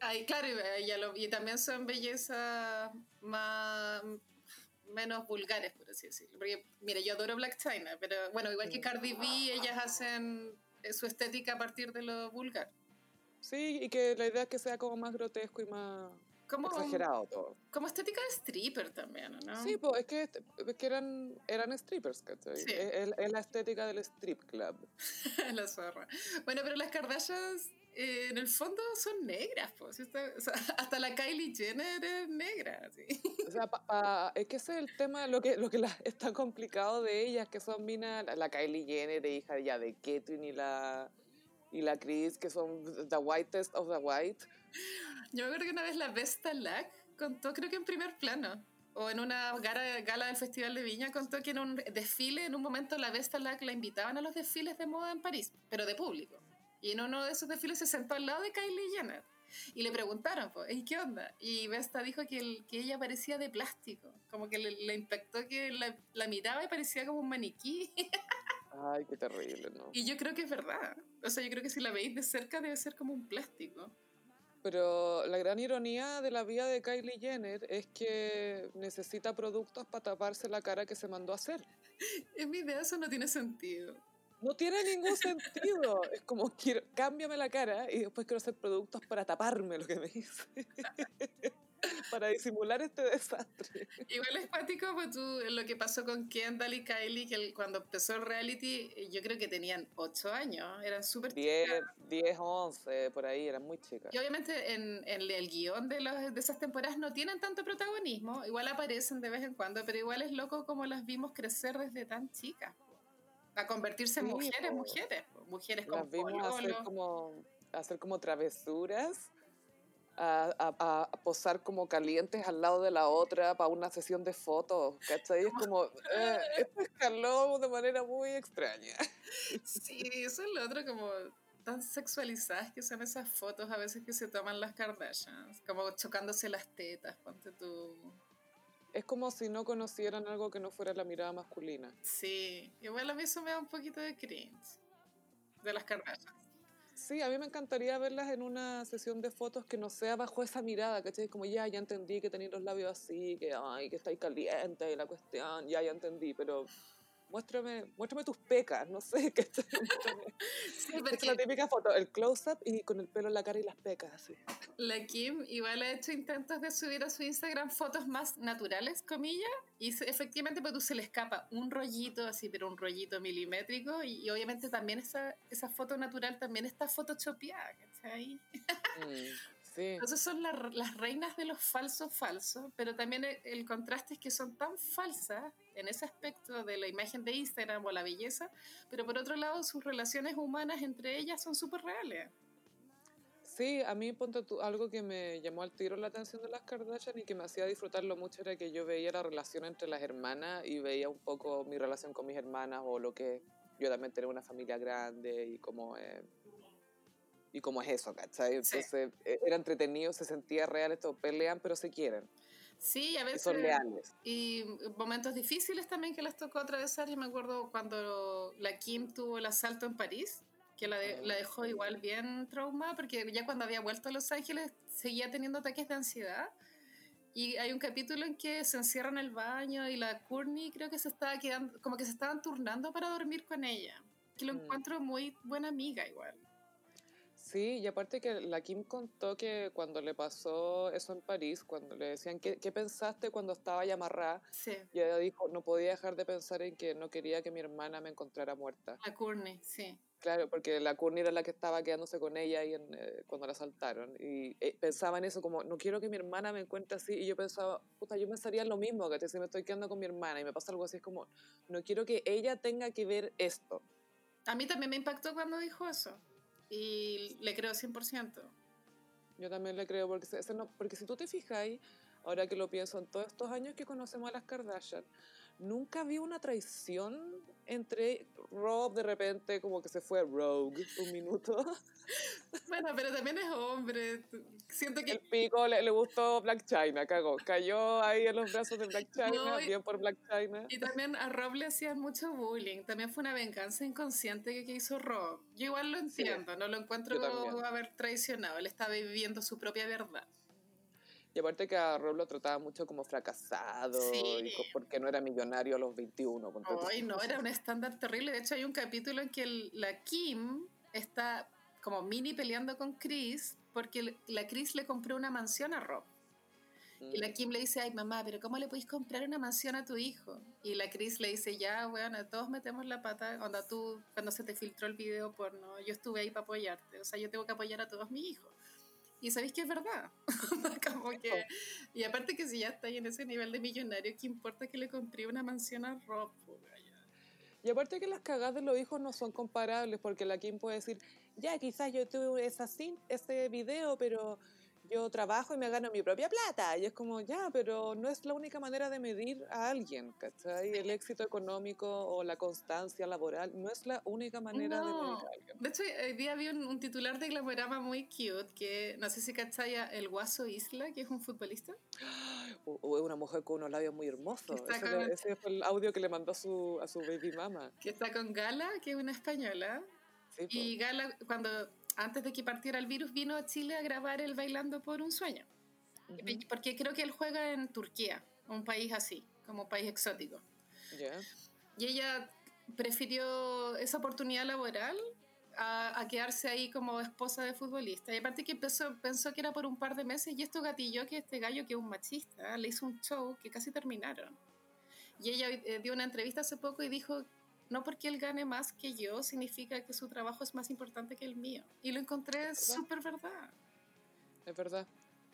Ay, claro, y, y, lo, y también son bellezas más menos vulgares, por así decirlo. Porque, mira, yo adoro Black China, pero bueno, igual que Cardi B, ellas hacen su estética a partir de lo vulgar. Sí, y que la idea es que sea como más grotesco y más como, exagerado todo. Como estética de stripper también, ¿no? Sí, pues es que, es que eran, eran strippers, ¿cachai? Sí. Es, es la estética del strip club. La zorra. Bueno, pero las Kardashians eh, en el fondo son negras, pues. O sea, hasta la Kylie Jenner es negra. ¿Sí? O sea, pa, pa, es que ese es el tema, lo que, lo que la, es tan complicado de ellas, que son minas, la, la Kylie Jenner, hija ya de Caitlyn y la, y la Kris, que son the whitest of the white. Yo me acuerdo que una vez la Vesta Lack contó, creo que en primer plano, o en una gala, gala del Festival de Viña, contó que en un desfile, en un momento la Vesta Lack la invitaban a los desfiles de moda en París, pero de público. Y en uno de esos desfiles se sentó al lado de Kylie Jenner. Y le preguntaron, pues, ¿y qué onda? Y Vesta dijo que, el, que ella parecía de plástico, como que le, le impactó que la, la miraba y parecía como un maniquí. Ay, qué terrible, ¿no? Y yo creo que es verdad. O sea, yo creo que si la veis de cerca debe ser como un plástico. Pero la gran ironía de la vida de Kylie Jenner es que necesita productos para taparse la cara que se mandó a hacer. En mi idea eso no tiene sentido. No tiene ningún sentido. Es como, quiero, cámbiame la cara y después quiero hacer productos para taparme lo que me hice. Para disimular este desastre. Igual es cuático, pues tú, lo que pasó con Kendall y Kylie, que el, cuando empezó el reality, yo creo que tenían ocho años, eran súper chicas. diez, once, por ahí, eran muy chicas. Y obviamente en, en el guión de, los, de esas temporadas no tienen tanto protagonismo, igual aparecen de vez en cuando, pero igual es loco como las vimos crecer desde tan chicas. A convertirse en sí, mujeres, po. mujeres, mujeres con las vimos pololo. hacer como hacer como travesuras, a, a, a posar como calientes al lado de la otra para una sesión de fotos, ¿cachai? Es como, eh, esto escaló de manera muy extraña. Sí, eso es lo otro, como tan sexualizadas que son esas fotos a veces que se toman las Kardashians, como chocándose las tetas, ponte tú. Es como si no conocieran algo que no fuera la mirada masculina. Sí, igual a mí eso me da un poquito de cringe de las Kardashians. Sí, a mí me encantaría verlas en una sesión de fotos que no sea bajo esa mirada, ¿cachai? Como ya, ya entendí que tenéis los labios así, que, ay, que estáis caliente y la cuestión, ya, ya entendí, pero muéstrame, muéstrame tus pecas, no sé, que sí, porque... es la típica foto, el close-up y con el pelo en la cara y las pecas, así. La Kim igual ha hecho intentos de subir a su Instagram fotos más naturales, comillas, y se, efectivamente pues tú se le escapa un rollito así, pero un rollito milimétrico, y, y obviamente también esa, esa foto natural también está photoshopeada, ¿cachai? Mm, sí. Entonces son la, las reinas de los falsos falsos, pero también el, el contraste es que son tan falsas en ese aspecto de la imagen de Instagram o la belleza, pero por otro lado sus relaciones humanas entre ellas son súper reales. Sí, a mí ponte tú, algo que me llamó al tiro la atención de las Kardashian y que me hacía disfrutarlo mucho era que yo veía la relación entre las hermanas y veía un poco mi relación con mis hermanas o lo que yo también tengo una familia grande y cómo, eh, y cómo es eso, ¿cachai? Entonces sí. Era entretenido, se sentía real, esto pelean pero se quieren. Sí, a veces. Y son leales. Y momentos difíciles también que les tocó atravesar. Yo me acuerdo cuando la Kim tuvo el asalto en París, que la, de, la dejó igual bien traumada, porque ya cuando había vuelto a Los Ángeles seguía teniendo ataques de ansiedad. Y hay un capítulo en que se encierra en el baño y la Kourtney creo que se estaba quedando, como que se estaban turnando para dormir con ella. Que lo mm. encuentro muy buena amiga igual. Sí, y aparte que la Kim contó que cuando le pasó eso en París, cuando le decían, ¿qué, qué pensaste cuando estaba ya amarrada? Sí. Y ella dijo, no podía dejar de pensar en que no quería que mi hermana me encontrara muerta. La Kourtney, sí. Claro, porque la Kourtney era la que estaba quedándose con ella ahí en, eh, cuando la asaltaron. Y eh, pensaba en eso como, no quiero que mi hermana me encuentre así. Y yo pensaba, puta, yo pensaría lo mismo, que si me estoy quedando con mi hermana y me pasa algo así, es como, no quiero que ella tenga que ver esto. A mí también me impactó cuando dijo eso. Y le creo cien por ciento. Yo también le creo, porque, se, no, porque si tú te fijas ahí, ahora que lo pienso, en todos estos años que conocemos a las Kardashian, nunca vi una traición entre Rob, de repente como que se fue rogue un minuto. Bueno, pero también es hombre. Siento que... El pico le, le gustó Black China, cagó. Cayó ahí en los brazos de Black China, no, y, bien por Black China. Y también a Rob le hacían mucho bullying. También fue una venganza inconsciente que, que hizo Rob. Yo igual lo entiendo, sí, no lo encuentro haber traicionado. Él estaba viviendo su propia verdad. Y aparte que a Rob lo trataba mucho como fracasado, sí, y porque no era millonario a los veintiuno. Ay, no, era un estándar terrible. De hecho, hay un capítulo en que el, la Kim está como mini peleando con Chris porque la Chris le compró una mansión a Rob. Mm. Y la Kim le dice, ay, mamá, pero ¿cómo le podéis comprar una mansión a tu hijo? Y la Chris le dice, ya, bueno, todos metemos la pata. Cuando tú, cuando se te filtró el video porno, yo estuve ahí para apoyarte. O sea, yo tengo que apoyar a todos mis hijos. Y sabéis que es verdad. Como que, y aparte que si ya está ahí en ese nivel de millonario, ¿qué importa que le compré una mansión a Rob? Y aparte que las cagadas de los hijos no son comparables, porque la Kim puede decir, ya, quizás yo tuve esa, ese video, pero yo trabajo y me gano mi propia plata. Y es como, ya, pero no es la única manera de medir a alguien, ¿cachai? El éxito económico o la constancia laboral no es la única manera no. de medir a alguien. De hecho, hoy día vi un, un titular de Glamorama muy cute, que no sé si cachai el Guaso Isla, que es un futbolista. O, o es una mujer con unos labios muy hermosos. Ese, con... le, ese fue el audio que le mandó a su, a su baby mama. Que está con Gala, que es una española. Sí, y Gala, cuando... antes de que partiera el virus, vino a Chile a grabar el Bailando por un Sueño. Uh-huh. Porque creo que él juega en Turquía, un país así, como un país exótico. Yeah. Y ella prefirió esa oportunidad laboral a, a quedarse ahí como esposa de futbolista. Y aparte que pensó, pensó que era por un par de meses, y esto gatilló que este gallo, que es un machista, le hizo un show que casi terminaron. Y ella eh, dio una entrevista hace poco y dijo... no porque él gane más que yo significa que su trabajo es más importante que el mío. Y lo encontré súper verdad. Es verdad.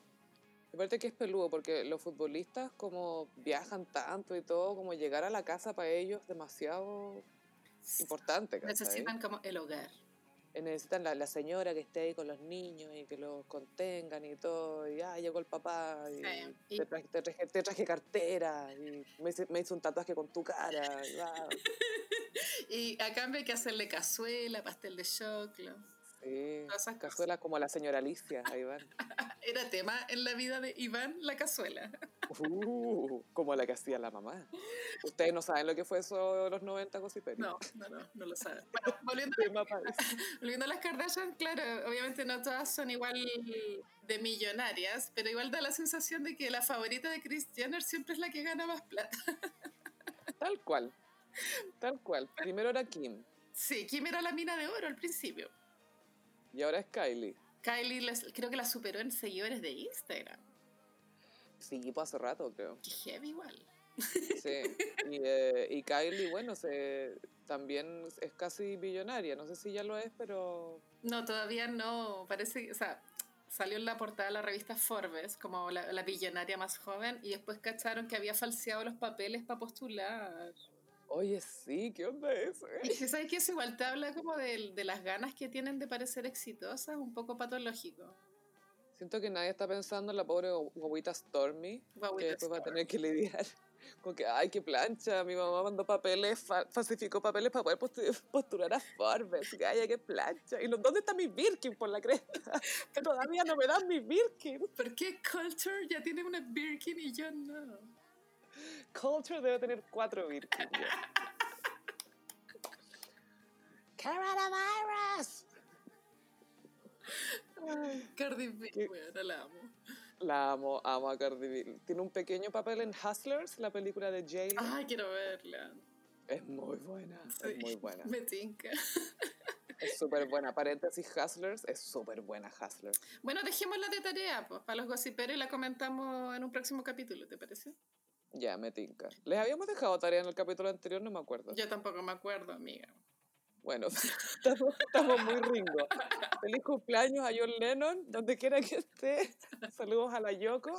Aparte que es peludo, porque los futbolistas como viajan tanto y todo, como llegar a la casa para ellos es demasiado importante. ¿Cachai? Necesitan como el hogar. Necesitan la, la señora que esté ahí con los niños y que los contengan y todo, y ah, llegó el papá, y, sí, y... Te, traje, te, traje, te traje cartera, y me hice, me hice un tatuaje con tu cara. Y, wow. Y a cambio hay que hacerle cazuela, pastel de choclo. Sí, cazuela como la señora Alicia, a Iván. Era tema en la vida de Iván, la cazuela. Uh, como la que hacía la mamá. Ustedes no saben lo que fue eso de los noventa, Gossiperi. No, no, no, no lo saben. Bueno, volviendo, a, volviendo a las Kardashian, claro, obviamente no todas son igual de millonarias, pero igual da la sensación de que la favorita de Kris Jenner siempre es la que gana más plata. Tal cual, tal cual. Primero era Kim. Sí, Kim era la mina de oro al principio. Y ahora es Kylie. Kylie les, creo que la superó en seguidores de Instagram. Sí, pues hace rato, creo. Qué heavy igual. Sí, y, eh, y Kylie, bueno, se, también es casi billonaria. No sé si ya lo es, pero... No, todavía no. Parece, o sea, salió en la portada de la revista Forbes como la, la billonaria más joven, y después cacharon que había falseado los papeles para postular. Oye, sí, ¿qué onda eso? Y que sabes que eso igual te habla como de, de las ganas que tienen de parecer exitosas, un poco patológico. Siento que nadie está pensando en la pobre guaguita Stormy, guaguita que después Stormy. Va a tener que lidiar con que, ay, qué plancha, mi mamá mandó papeles, fa- falsificó papeles para poder postu- postular a Forbes, ay, qué plancha. ¿Y los, dónde está mi Birkin por la cresta? Todavía no me dan mi Birkin. ¿Por qué Culture ya tiene una Birkin y yo no? Culture debe tener cuatro Birkin. ¡Coronavirus! Ay, Cardi B, bueno, la amo. La amo, amo a Cardi B. Tiene un pequeño papel en Hustlers, la película de J-Lo. Ay, quiero verla. Es muy buena, sí, es muy buena. Me tinca. Es súper buena. Paréntesis, Hustlers, es súper buena Hustlers. Bueno, dejémosla de tarea, pues, para los gossiperos, y la comentamos en un próximo capítulo, ¿te parece? Ya, me tinca. ¿Les habíamos dejado tarea en el capítulo anterior? No me acuerdo. Yo tampoco me acuerdo, amiga. Bueno, estamos, estamos muy ringos. Feliz cumpleaños a John Lennon, donde quiera que esté. Saludos a la Yoko.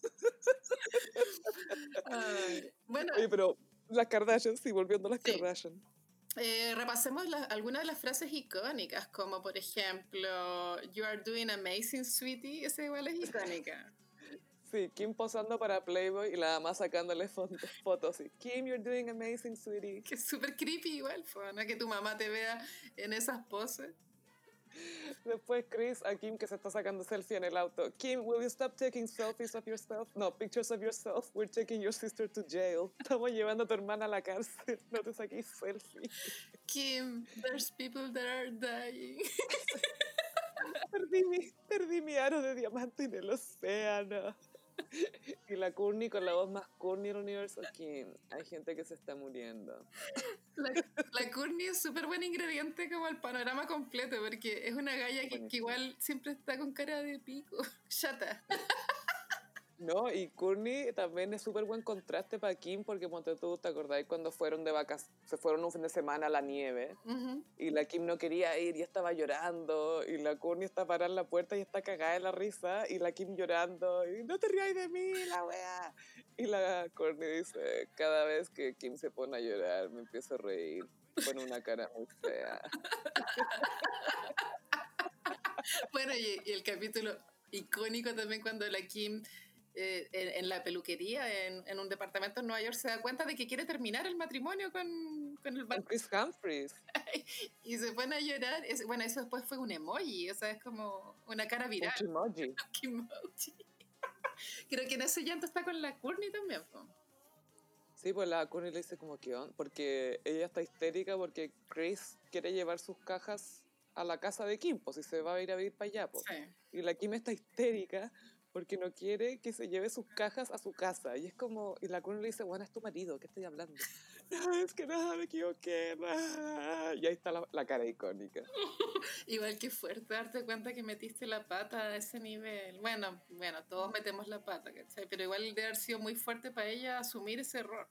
Ay, bueno. Oye, pero las Kardashian, sí, volviendo a las sí. Kardashian. Eh, repasemos la, algunas de las frases icónicas, como por ejemplo, You are doing amazing, sweetie. Esa igual es icónica. Sí, Kim posando para Playboy y la mamá sacándole fotos, fotos y Kim, you're doing amazing, sweetie. Que es súper creepy igual, ¿no? Que tu mamá te vea en esas poses. Después Chris a Kim que se está sacando selfie en el auto. Kim, will you stop taking selfies of yourself? No, pictures of yourself. We're taking your sister to jail. Estamos llevando a tu hermana a la cárcel. No te saques selfie. Kim, there's people that are dying. Perdí mi, perdí mi aro de diamante en el océano. Y la Courtney con la voz más Courtney del universo. Kim, hay gente que se está muriendo. La, la Courtney es súper buen ingrediente como el panorama completo, porque es una galla que, que igual siempre está con cara de pico. Chata. No, y Courtney también es súper buen contraste para Kim, porque ponte tú, ¿te acordáis cuando fueron de vacaciones? Se fueron un fin de semana a la nieve, uh-huh. Y la Kim no quería ir y estaba llorando, y la Courtney está parada en la puerta y está cagada de la risa, y la Kim llorando, y no te rías de mí, la wea. Y la Courtney dice, cada vez que Kim se pone a llorar, me empiezo a reír, pone una cara muy fea. Bueno, y, y el capítulo icónico también cuando la Kim... Eh, en, en la peluquería, en, en un departamento en Nueva York, se da cuenta de que quiere terminar el matrimonio con, con el con Chris Humphries. Y se pone a llorar. Es, bueno, eso después fue un emoji, o sea, es como una cara viral. Un emoji. emoji. Creo que en ese llanto está con la Courtney también. ¿No? Sí, pues la Courtney le dice como que on, porque ella está histérica porque Chris quiere llevar sus cajas a la casa de Kim, pues, y se va a ir a vivir para allá, pues. Sí. Y la Kim está histérica porque no quiere que se lleve sus cajas a su casa. Y es como, y la Courtney le dice, bueno, es tu marido, ¿qué estoy hablando? No, es que nada, me equivoqué. Nada. Y ahí está la, la cara icónica. Igual que fuerte darte cuenta que metiste la pata a ese nivel. Bueno, bueno, todos metemos la pata, ¿cachai? Pero igual debe haber sido muy fuerte para ella asumir ese error.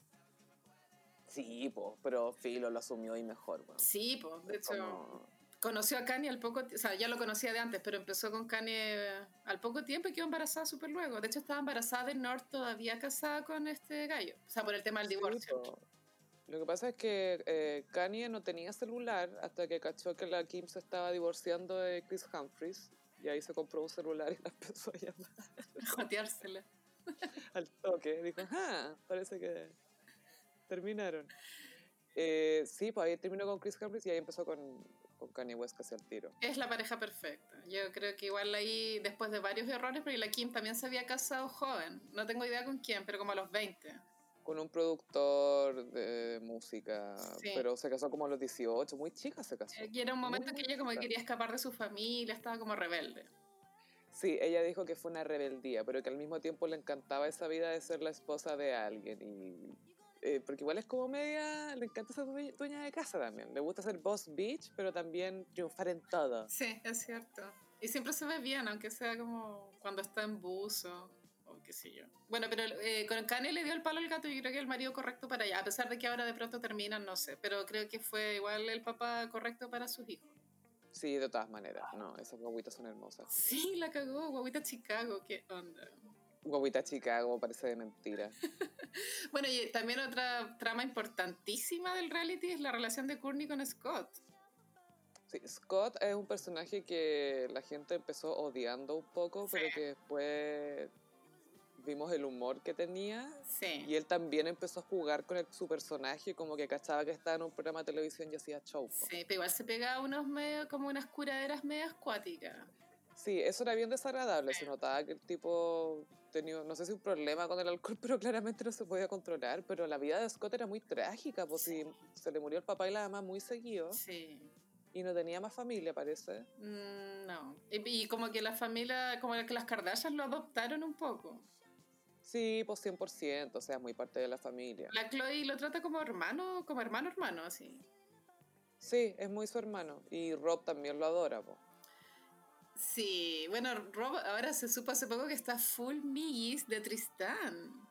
Sí, pues, pero Filo lo asumió y mejor. Bueno. Sí, pues, de hecho... Como... Conoció a Kanye al poco tiempo, o sea, ya lo conocía de antes, pero empezó con Kanye al poco tiempo y quedó embarazada súper luego. De hecho, estaba embarazada de North, todavía casada con este gallo, o sea, por el tema del divorcio. Sí, lo que pasa es que eh, Kanye no tenía celular hasta que cachó que la Kim se estaba divorciando de Chris Humphries, y ahí se compró un celular y la empezó a llamar. A joteársela. Al toque, dijo, ah, parece que terminaron. Eh, sí, pues ahí terminó con Chris Humphries y ahí empezó con... con Kanye West casi al tiro. Es la pareja perfecta. Yo creo que igual ahí, después de varios errores, porque la Kim también se había casado joven. No tengo idea con quién, pero como a los veinte. Con un productor de música, sí. Pero se casó como a los dieciocho, muy chica se casó. Y era un momento muy que ella como que quería escapar de su familia, estaba como rebelde. Sí, ella dijo que fue una rebeldía, pero que al mismo tiempo le encantaba esa vida de ser la esposa de alguien y... Eh, porque igual es como media, le encanta ser dueña de casa también, le gusta ser boss bitch, pero también triunfar en todo. Sí, es cierto. Y siempre se ve bien, aunque sea como cuando está en buzo, o qué sé yo. Bueno, pero eh, con Kanye le dio el palo al gato y creo que es el marido correcto para ella, a pesar de que ahora de pronto terminan, no sé, pero creo que fue igual el papá correcto para sus hijos. Sí, de todas maneras, no, esas guaguitas son hermosas. Sí, la cagó, guaguita Chicago, qué onda. Guaguita Chicago, parece de mentira. Bueno, y también otra trama importantísima del reality es la relación de Courtney con Scott. Sí, Scott es un personaje que la gente empezó odiando un poco, sí. Pero que después vimos el humor que tenía. Sí. Y él también empezó a jugar con el, su personaje, como que cachaba que estaba en un programa de televisión y hacía show. Sí, pero igual se pegaba unos medio, como unas curaderas medias acuáticas. Sí, eso era bien desagradable, se notaba que el tipo tenía, no sé si un problema con el alcohol, pero claramente no se podía controlar, pero la vida de Scott era muy trágica, pues sí. Si se le murió el papá y la mamá muy seguido, sí. Y no tenía más familia, parece. Mm, no, y, y como que la familia, como que las Kardashian lo adoptaron un poco. Sí, pues cien por ciento, o sea, muy parte de la familia. La Chloe lo trata como hermano, como hermano hermano, así. Sí, es muy su hermano, y Rob también lo adora, pues. Sí, bueno, Rob ahora se supo hace poco que está full migis de Tristan.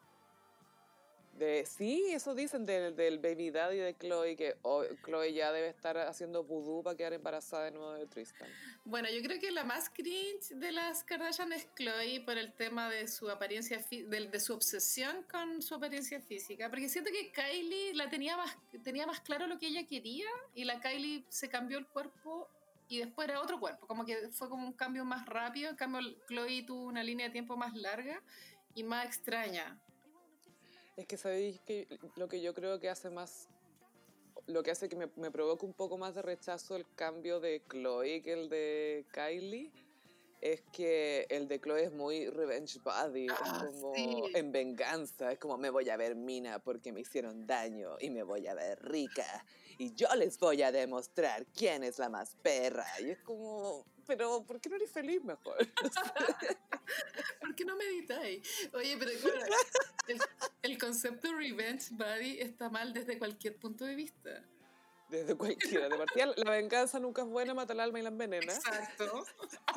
De, sí, eso dicen del, del baby daddy de Chloe, que oh, Chloe ya debe estar haciendo vudú para quedar embarazada de nuevo de Tristan. Bueno, yo creo que la más cringe de las Kardashian es Chloe por el tema de su apariencia, de, de su obsesión con su apariencia física, porque siento que Kylie la tenía más, tenía más claro lo que ella quería y la Kylie se cambió el cuerpo y después era otro cuerpo, como que fue como un cambio más rápido. En cambio Chloe tuvo una línea de tiempo más larga y más extraña. Es que sabéis que lo que yo creo que hace más, lo que hace que me, me provoque un poco más de rechazo el cambio de Chloe que el de Kylie, es que el de Chloe es muy revenge body, Ah, es como sí. en venganza, es como me voy a ver mina porque me hicieron daño y me voy a ver rica y yo les voy a demostrar quién es la más perra. Y es como, pero ¿por qué no eres feliz mejor? ¿Por qué no meditáis? Oye, pero claro, el, el concepto revenge body está mal desde cualquier punto de vista. Desde cualquiera. De partida, la venganza nunca es buena, mata el alma y la envenena. Exacto.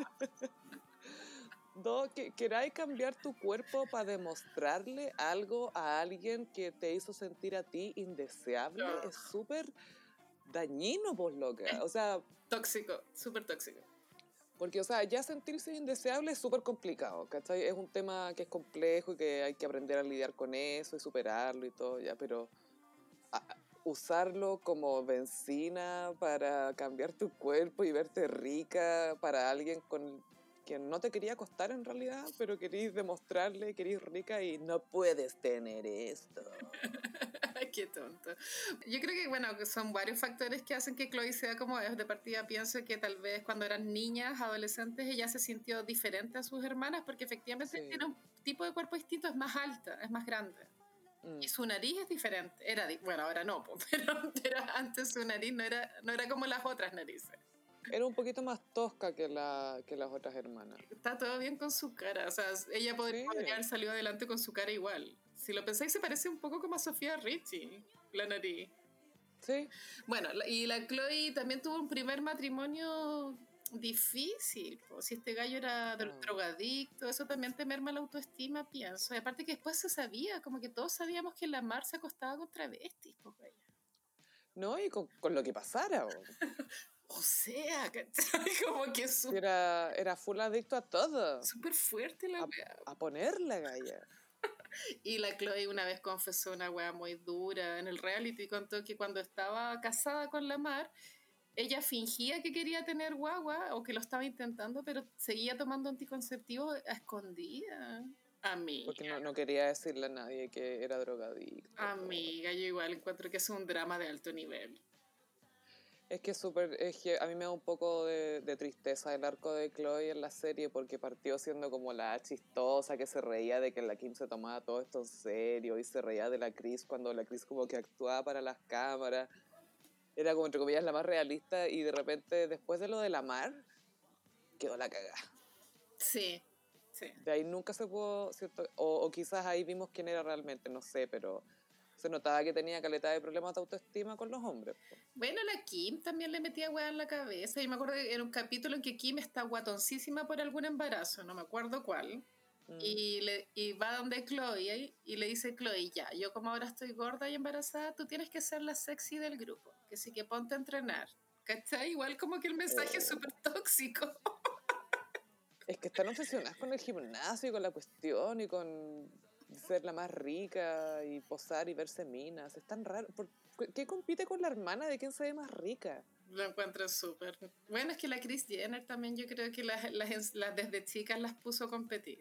Dos, que queráis cambiar tu cuerpo para demostrarle algo a alguien que te hizo sentir a ti indeseable, Oh. es súper dañino, pues, loca. O sea... Tóxico, súper tóxico. Porque, o sea, ya sentirse indeseable es súper complicado, ¿cachai? Es un tema que es complejo y que hay que aprender a lidiar con eso y superarlo y todo, ya, pero... A, usarlo como benzina para cambiar tu cuerpo y verte rica para alguien con quien no te quería acostar en realidad, pero querís demostrarle que eres rica y no puedes tener esto. Qué tonto. Yo creo que, bueno, que son varios factores que hacen que Chloe sea como es. De partida pienso que tal vez cuando eran niñas, adolescentes, ella se sintió diferente a sus hermanas porque efectivamente Sí. tiene un tipo de cuerpo distinto, es más alta, es más grande. Mm. Y su nariz es diferente. Era, bueno, ahora no, pero, pero antes su nariz no era, no era como las otras narices. Era un poquito más tosca que, la, que las otras hermanas. Está todo bien con su cara. O sea, ella podría, sí. podría haber salido adelante con su cara igual. Si lo pensáis, se parece un poco como a Sofía Richie, la nariz. Sí. Bueno, y la Chloe también tuvo un primer matrimonio difícil. Pues, si este gallo era oh. drogadicto, eso también te merma la autoestima, pienso. Y aparte que después se sabía, como que todos sabíamos que la Mar se acostaba con travestis, pues, gallo. No, y con, con lo que pasara. Oh. O sea, ¿cachai? Como que super, era, era full adicto a todo. Súper fuerte la a, wea. A ponerla, galla. Y la Chloe una vez confesó una wea muy dura en el reality. Contó que cuando estaba casada con la Mar, ella fingía que quería tener guagua o que lo estaba intentando, pero seguía tomando anticonceptivos a escondidas. Amiga. Porque no, no quería decirle a nadie que era drogadicto. Amiga, yo igual encuentro que es un drama de alto nivel. Es que es súper, es que a mí me da un poco de, de tristeza el arco de Chloe en la serie porque partió siendo como la chistosa que se reía de que la Kim se tomaba todo esto en serio y se reía de la Chris cuando la Chris como que actuaba para las cámaras. Era como entre comillas la más realista y de repente después de lo de la Mar quedó la cagada. Sí, sí. De ahí nunca se pudo, ¿cierto? O, o quizás ahí vimos quién era realmente, no sé, pero... se notaba que tenía caleta de problemas de autoestima con los hombres. Po. Bueno, la Kim también le metía hueá en la cabeza. Y me acuerdo que en un capítulo en que Kim está guatoncísima por algún embarazo, no me acuerdo cuál. Mm. Y, le, y va donde Chloe y le dice, Chloe, ya, yo como ahora estoy gorda y embarazada, tú tienes que ser la sexy del grupo. Que sí que ponte a entrenar. ¿Cachai? Igual como que el mensaje eh. es súper tóxico. Es que están obsesionadas con el gimnasio y con la cuestión y con... ser la más rica y posar y verse minas. Es tan raro. ¿Por qué compite con la hermana de quién se ve más rica? Lo encuentro súper. Bueno, es que la Kris Jenner también yo creo que las, las, las desde chicas las puso a competir.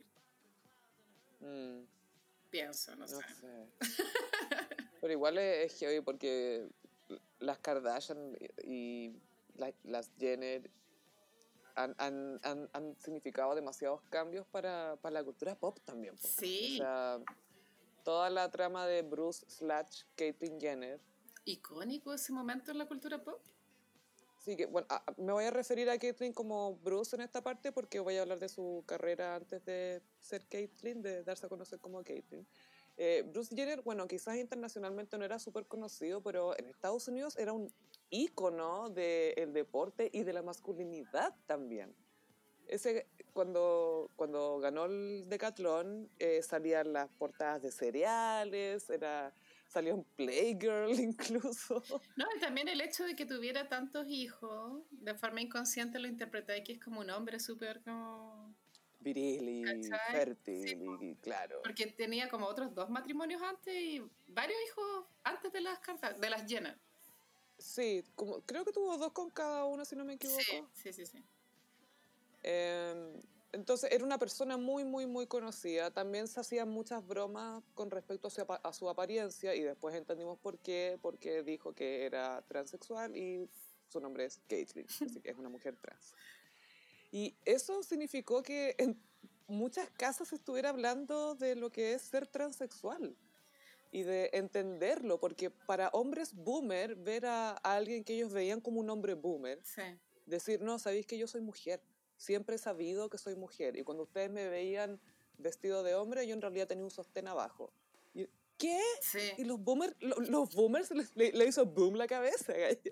Mm. Pienso, no, no sé. sé. Pero igual es, es heavy porque las Kardashian y la, las Jenner han, han, han, han significado demasiados cambios para, para la cultura pop también. Po. Sí. O sea, toda la trama de Bruce slash Caitlyn Jenner. Icónico ese momento en la cultura pop. Sí, que bueno, a, me voy a referir a Caitlyn como Bruce en esta parte porque voy a hablar de su carrera antes de ser Caitlyn, de darse a conocer como Caitlyn. Eh, Bruce Jenner, bueno, quizás internacionalmente no era súper conocido, pero en Estados Unidos era un ícono del deporte y de la masculinidad también. Ese, cuando, cuando ganó el decatlón, eh, salían las portadas de cereales, era, salió un Playgirl incluso. No, y también el hecho de que tuviera tantos hijos, de forma inconsciente lo interpreté que es como un hombre súper como... viril y ¿cachai? Fértil, sí, y, y claro. Porque tenía como otros dos matrimonios antes y varios hijos antes de las cartas, de las Jenner. Sí, como, creo que tuvo dos con cada uno, si no me equivoco. Sí, sí, sí. sí. Eh, Entonces era una persona muy, muy, muy conocida. También se hacían muchas bromas con respecto a su, a su apariencia y después entendimos por qué, porque dijo que era transexual y su nombre es Caitlyn, así que es una mujer trans. Y eso significó que en muchas casas se estuviera hablando de lo que es ser transexual y de entenderlo, porque para hombres boomer, ver a, a alguien que ellos veían como un hombre boomer, sí. decir, no, sabéis que yo soy mujer, siempre he sabido que soy mujer, y cuando ustedes me veían vestido de hombre, yo en realidad tenía un sostén abajo. Y, ¿qué? Sí. Y los boomers, lo, los boomers le, le, le hizo boom la cabeza.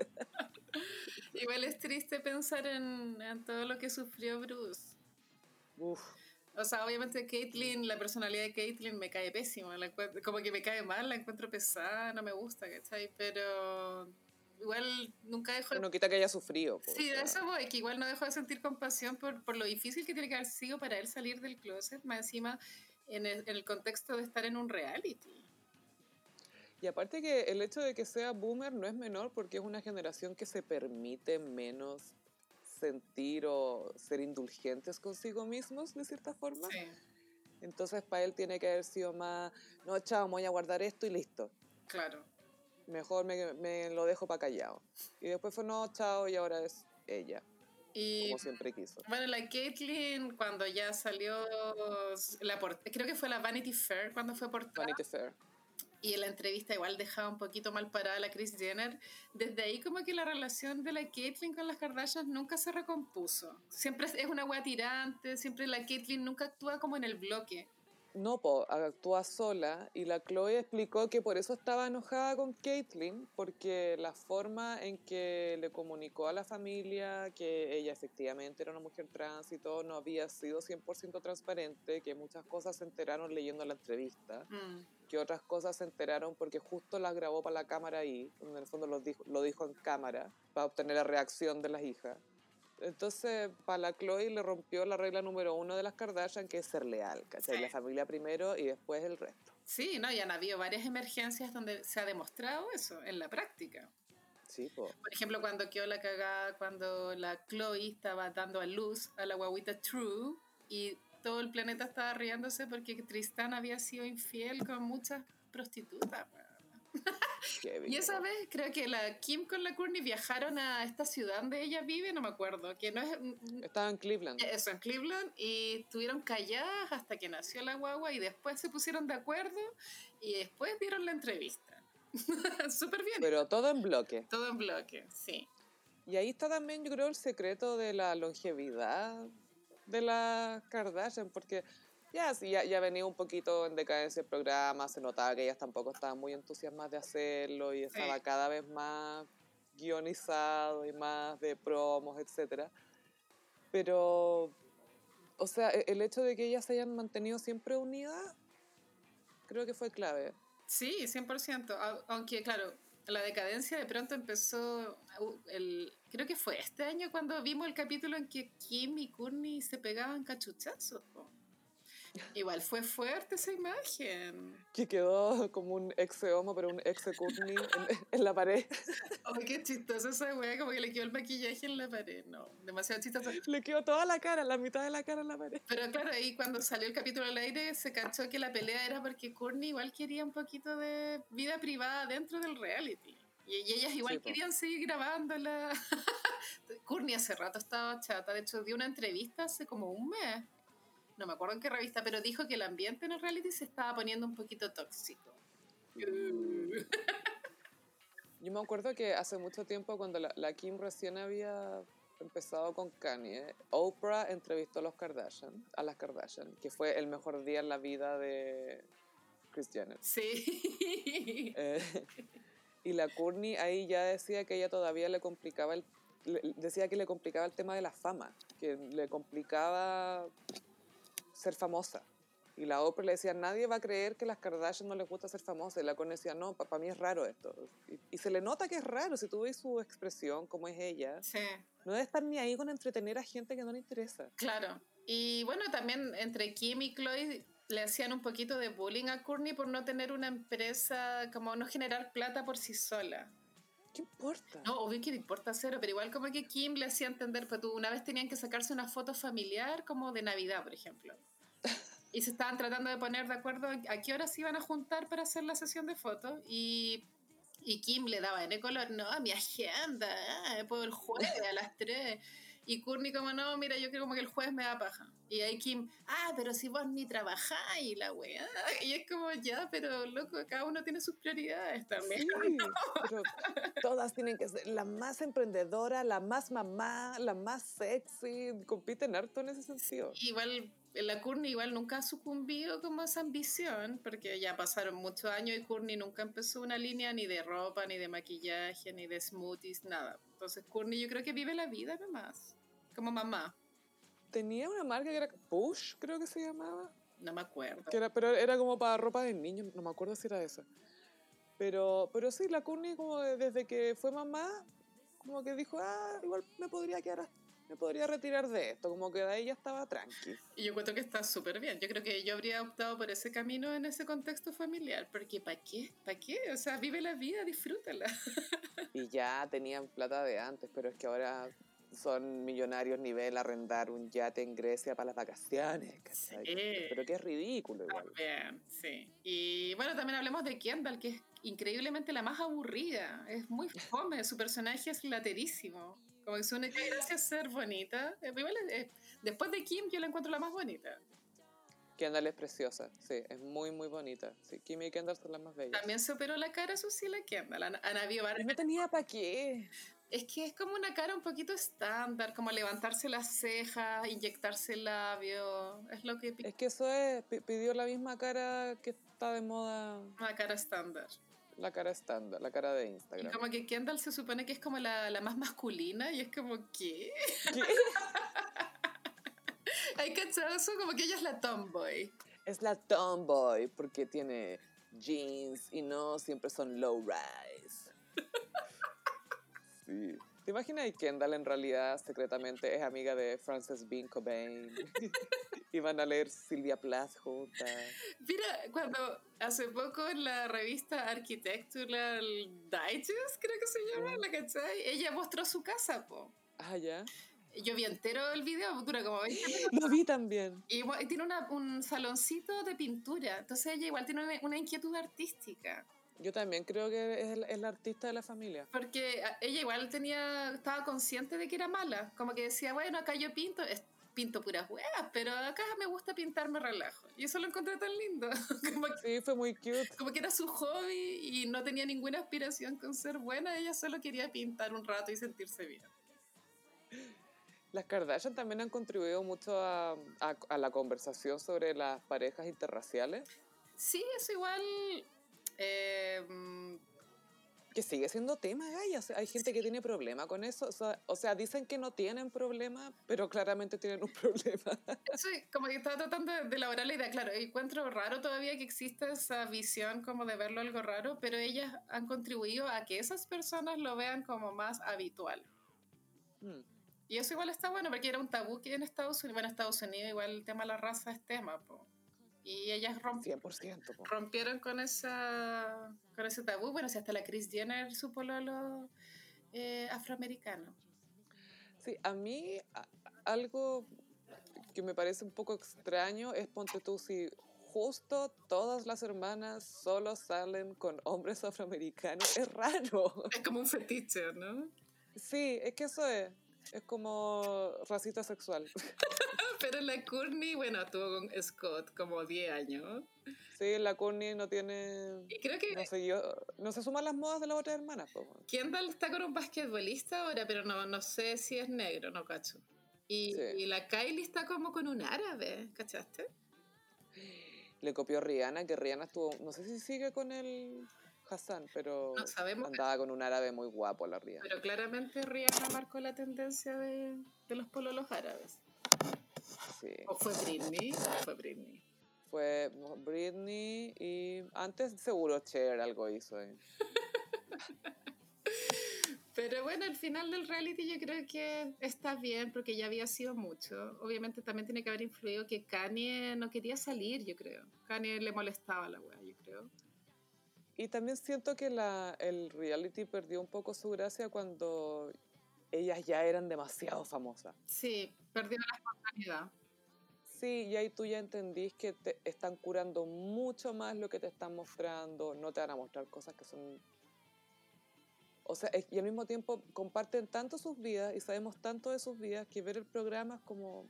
Igual es triste pensar en, en todo lo que sufrió Bruce. Uf. O sea, obviamente Caitlyn, la personalidad de Caitlyn me cae pésima, la como que me cae mal, la encuentro pesada, no me gusta, ¿cachai? Pero igual nunca dejo... No quita que haya sufrido. Pues, sí, o sea. de eso voy, que igual no dejo de sentir compasión por, por lo difícil que tiene que haber sido para él salir del closet, más encima en el, en el contexto de estar en un reality. Y aparte que el hecho de que sea boomer no es menor porque es una generación que se permite menos sentir o ser indulgentes consigo mismos, de cierta forma. Sí. Entonces, para él tiene que haber sido más, no, chao, voy a guardar esto y listo. Claro. Mejor me, me lo dejo para callado. Y después fue, no, chao, y ahora es ella. Y, como siempre quiso. Bueno, la Caitlyn, cuando ya salió, la creo que fue la Vanity Fair, cuando fue portada. Vanity Fair. Y en la entrevista igual dejaba un poquito mal parada a la Kris Jenner. Desde ahí como que la relación de la Caitlyn con las Kardashian nunca se recompuso. Siempre es una wea tirante, siempre la Caitlyn nunca actúa como en el bloque. No, po, actúa sola y la Chloe explicó que por eso estaba enojada con Caitlyn, porque la forma en que le comunicó a la familia que ella efectivamente era una mujer trans y todo no había sido cien por ciento transparente, que muchas cosas se enteraron leyendo la entrevista, mm. que otras cosas se enteraron porque justo las grabó para la cámara ahí, en el fondo lo dijo, lo dijo en cámara, para obtener la reacción de las hijas. Entonces, para la Chloe le rompió la regla número uno de las Kardashian, que es ser leal, ¿cachai? Sí. La familia primero y después el resto. Sí, no, ya han habido varias emergencias donde se ha demostrado eso, en la práctica. Sí, po. Por ejemplo, cuando quedó la cagada, cuando la Chloe estaba dando a luz a la guaguita True y todo el planeta estaba riéndose porque Tristan había sido infiel con muchas prostitutas. Y esa vez creo que la Kim con la Kourtney viajaron a esta ciudad donde ella vive, no me acuerdo, que no es... Estaba en Cleveland. Eso, en Cleveland, y estuvieron calladas hasta que nació la guagua y después se pusieron de acuerdo y después dieron la entrevista. Súper bien. Pero todo en bloque. Todo en bloque, sí. Y ahí está también, yo creo, el secreto de la longevidad de la Kardashian, porque... Ya, sí, ya, ya venía un poquito en decadencia el programa, se notaba que ellas tampoco estaban muy entusiasmadas de hacerlo y estaba sí. cada vez más guionizado y más de promos, etcétera. Pero, o sea, el hecho de que ellas se hayan mantenido siempre unidas, creo que fue clave. Sí, cien por ciento, aunque claro, la decadencia de pronto empezó, el, creo que fue este año cuando vimos el capítulo en que Kim y Kourtney se pegaban cachuchazos, ¿no? Igual fue fuerte esa imagen. Que quedó como un ex-homo, pero un ex-Kourtney en, en la pared. Ay, qué chistosa esa wea, como que le quedó el maquillaje en la pared. No, demasiado chistoso. Le quedó toda la cara, la mitad de la cara en la pared. Pero claro, ahí cuando salió el capítulo al aire se cachó que la pelea era porque Kourtney igual quería un poquito de vida privada dentro del reality. Y, y ellas igual sí, querían pues. seguir grabándola. Kourtney hace rato estaba chata, de hecho dio una entrevista hace como un mes. No me acuerdo en qué revista, pero dijo que el ambiente en el reality se estaba poniendo un poquito tóxico. Uh. Yo me acuerdo que hace mucho tiempo, cuando la, la Kim recién había empezado con Kanye, Oprah entrevistó a, los Kardashian, a las Kardashian, que fue el mejor día en la vida de Kris Jenner. Sí. Eh, y la Kourtney ahí ya decía que ella todavía le complicaba el, le, decía que le complicaba el tema de la fama, que le complicaba ser famosa. Y la Oprah le decía, nadie va a creer que las Kardashian no les gusta ser famosas. Y la Kourtney decía, no, para mí es raro esto. Y, y se le nota que es raro, si tú ves su expresión, cómo es ella. Sí. No debe estar ni ahí con entretener a gente que no le interesa. Claro. Y bueno, también entre Kim y Chloe le hacían un poquito de bullying a Kourtney por no tener una empresa, como no generar plata por sí sola. ¿Qué importa? No, obvio que le importa cero, pero igual como que Kim le hacía entender, pues tú, una vez tenían que sacarse una foto familiar como de Navidad, por ejemplo. Y se estaban tratando de poner de acuerdo a qué horas se iban a juntar para hacer la sesión de fotos. Y, y Kim le daba en color, no, mi agenda, ah, puedo el jueves a las tres. Y Courtney como, no, mira, yo creo como que el jueves me da paja. Y ahí Kim, ah, pero si vos ni trabajáis y la weá. Y es como, ya, pero loco, cada uno tiene sus prioridades también. Sí, pero todas tienen que ser la más emprendedora, la más mamá, la más sexy. Compiten harto en ese sentido. Sí, igual, la Courtney igual nunca ha sucumbido como a esa ambición, porque ya pasaron muchos años y Courtney nunca empezó una línea ni de ropa, ni de maquillaje, ni de smoothies, nada. Entonces Courtney yo creo que vive la vida nomás, como mamá. Tenía una marca que era Push, creo que se llamaba. No me acuerdo. Que era, pero era como para ropa de niños, no me acuerdo si era esa. Pero, pero sí, la Courtney como desde que fue mamá, como que dijo, ah, igual me podría quedar, me podría retirar de esto, como que de ahí ya estaba tranqui. Y yo creo que está súper bien. Yo creo que yo habría optado por ese camino en ese contexto familiar, porque ¿para qué? ¿Para qué? O sea, vive la vida, disfrútala. Y ya tenían plata de antes, pero es que ahora son millonarios nivel arrendar un yate en Grecia para las vacaciones, ¿cachai? Sí. Pero que es ridículo igual. También, sí. Y bueno, también hablemos de Kendall, que es increíblemente la más aburrida. Es muy fome, su personaje es laterísimo. Como que su única gracia es ser bonita. Igual es, después de Kim, yo la encuentro la más bonita. Kendall es preciosa, sí, es muy, muy bonita. Sí, Kim y Kendall son las más bellas. También se operó la cara, eso sí, la Kendall. Han, han habido varias... No tenía para qué. Es que es como una cara un poquito estándar, como levantarse las cejas, inyectarse el labio, es lo que... Es que eso es, pidió la misma cara que está de moda. Una cara estándar. La cara estándar, la cara de Instagram. Y como que Kendall se supone que es como la, la más masculina y es como, ¿qué? ¿Qué? Hay cachado eso, como que ella es la tomboy. Es la tomboy porque tiene jeans y no siempre son low rise. Sí. ¿Te imaginas que Kendall en realidad secretamente es amiga de Frances Bean Cobain? Y van a leer Sylvia Plath juntas. Mira, cuando hace poco en la revista Architectural Digest, creo que se llama, mm. ¿la cachai? Ella mostró su casa, po. Ah, ya. Yo vi entero el video, dura como veinte minutos. Lo vi también. Y, y tiene una, un saloncito de pintura, entonces ella igual tiene una, una inquietud artística. Yo también creo que es el, es el artista de la familia. Porque ella igual tenía, estaba consciente de que era mala, como que decía, bueno, acá yo pinto, pinto puras huevas, pero acá me gusta pintar, me relajo. Y eso lo encontré tan lindo. Como que, sí, fue muy cute. Como que era su hobby y no tenía ninguna aspiración con ser buena, ella solo quería pintar un rato y sentirse bien. Las Kardashian también han contribuido mucho a, a, a la conversación sobre las parejas interraciales. Sí, eso igual... Eh, que sigue siendo tema, Gaya. O sea, hay gente sí. que tiene problema con eso. O sea, o sea, dicen que no tienen problema, pero claramente tienen un problema. Sí, como que estaba tratando de elaborar la idea. Claro, encuentro raro todavía que exista esa visión como de verlo algo raro, pero ellas han contribuido a que esas personas lo vean como más habitual. Hmm. Y eso igual está bueno, porque era un tabú que en Estados Unidos, bueno, en Estados Unidos igual el tema de la raza es tema, po. Y ellas romp- cien por ciento, po. rompieron con, esa, con ese tabú. Bueno, si hasta la Kris Jenner, su pololo eh, afroamericano. Sí, a mí a, algo que me parece un poco extraño es, ponte tú, si justo todas las hermanas solo salen con hombres afroamericanos, es raro. Es como un fetiche, ¿no? Sí, es que eso es. Es como racista sexual. Pero la Courtney, bueno, tuvo con Scott como diez años. Sí, la Courtney no tiene... Y creo que... No, siguió, no se suman las modas de las otras hermanas. Pues. Kendall está con un basquetbolista ahora, pero no, no sé si es negro, no cacho. Y, sí. y la Kylie está como con un árabe, ¿cachaste? Le copió Rihanna, que Rihanna estuvo... No sé si sigue con el... Hassan, pero no sabemos andaba que... con un árabe muy guapo la Rihanna. Pero claramente Rihanna marcó la tendencia de, de los pololos árabes. Sí. ¿O fue Britney? ¿O fue Britney? Fue Britney y antes seguro Cher algo hizo. ¿eh? Pero bueno, al final del reality yo creo que está bien porque ya había sido mucho. Obviamente también tiene que haber influido que Kanye no quería salir, yo creo. Kanye le molestaba la wea, yo creo. Y también siento que la, el reality perdió un poco su gracia cuando ellas ya eran demasiado famosas. Sí, perdió la espontaneidad. Sí, y ahí tú ya entendís que te están curando mucho más lo que te están mostrando, no te van a mostrar cosas que son... O sea, es- y al mismo tiempo comparten tanto sus vidas y sabemos tanto de sus vidas que ver el programa es como...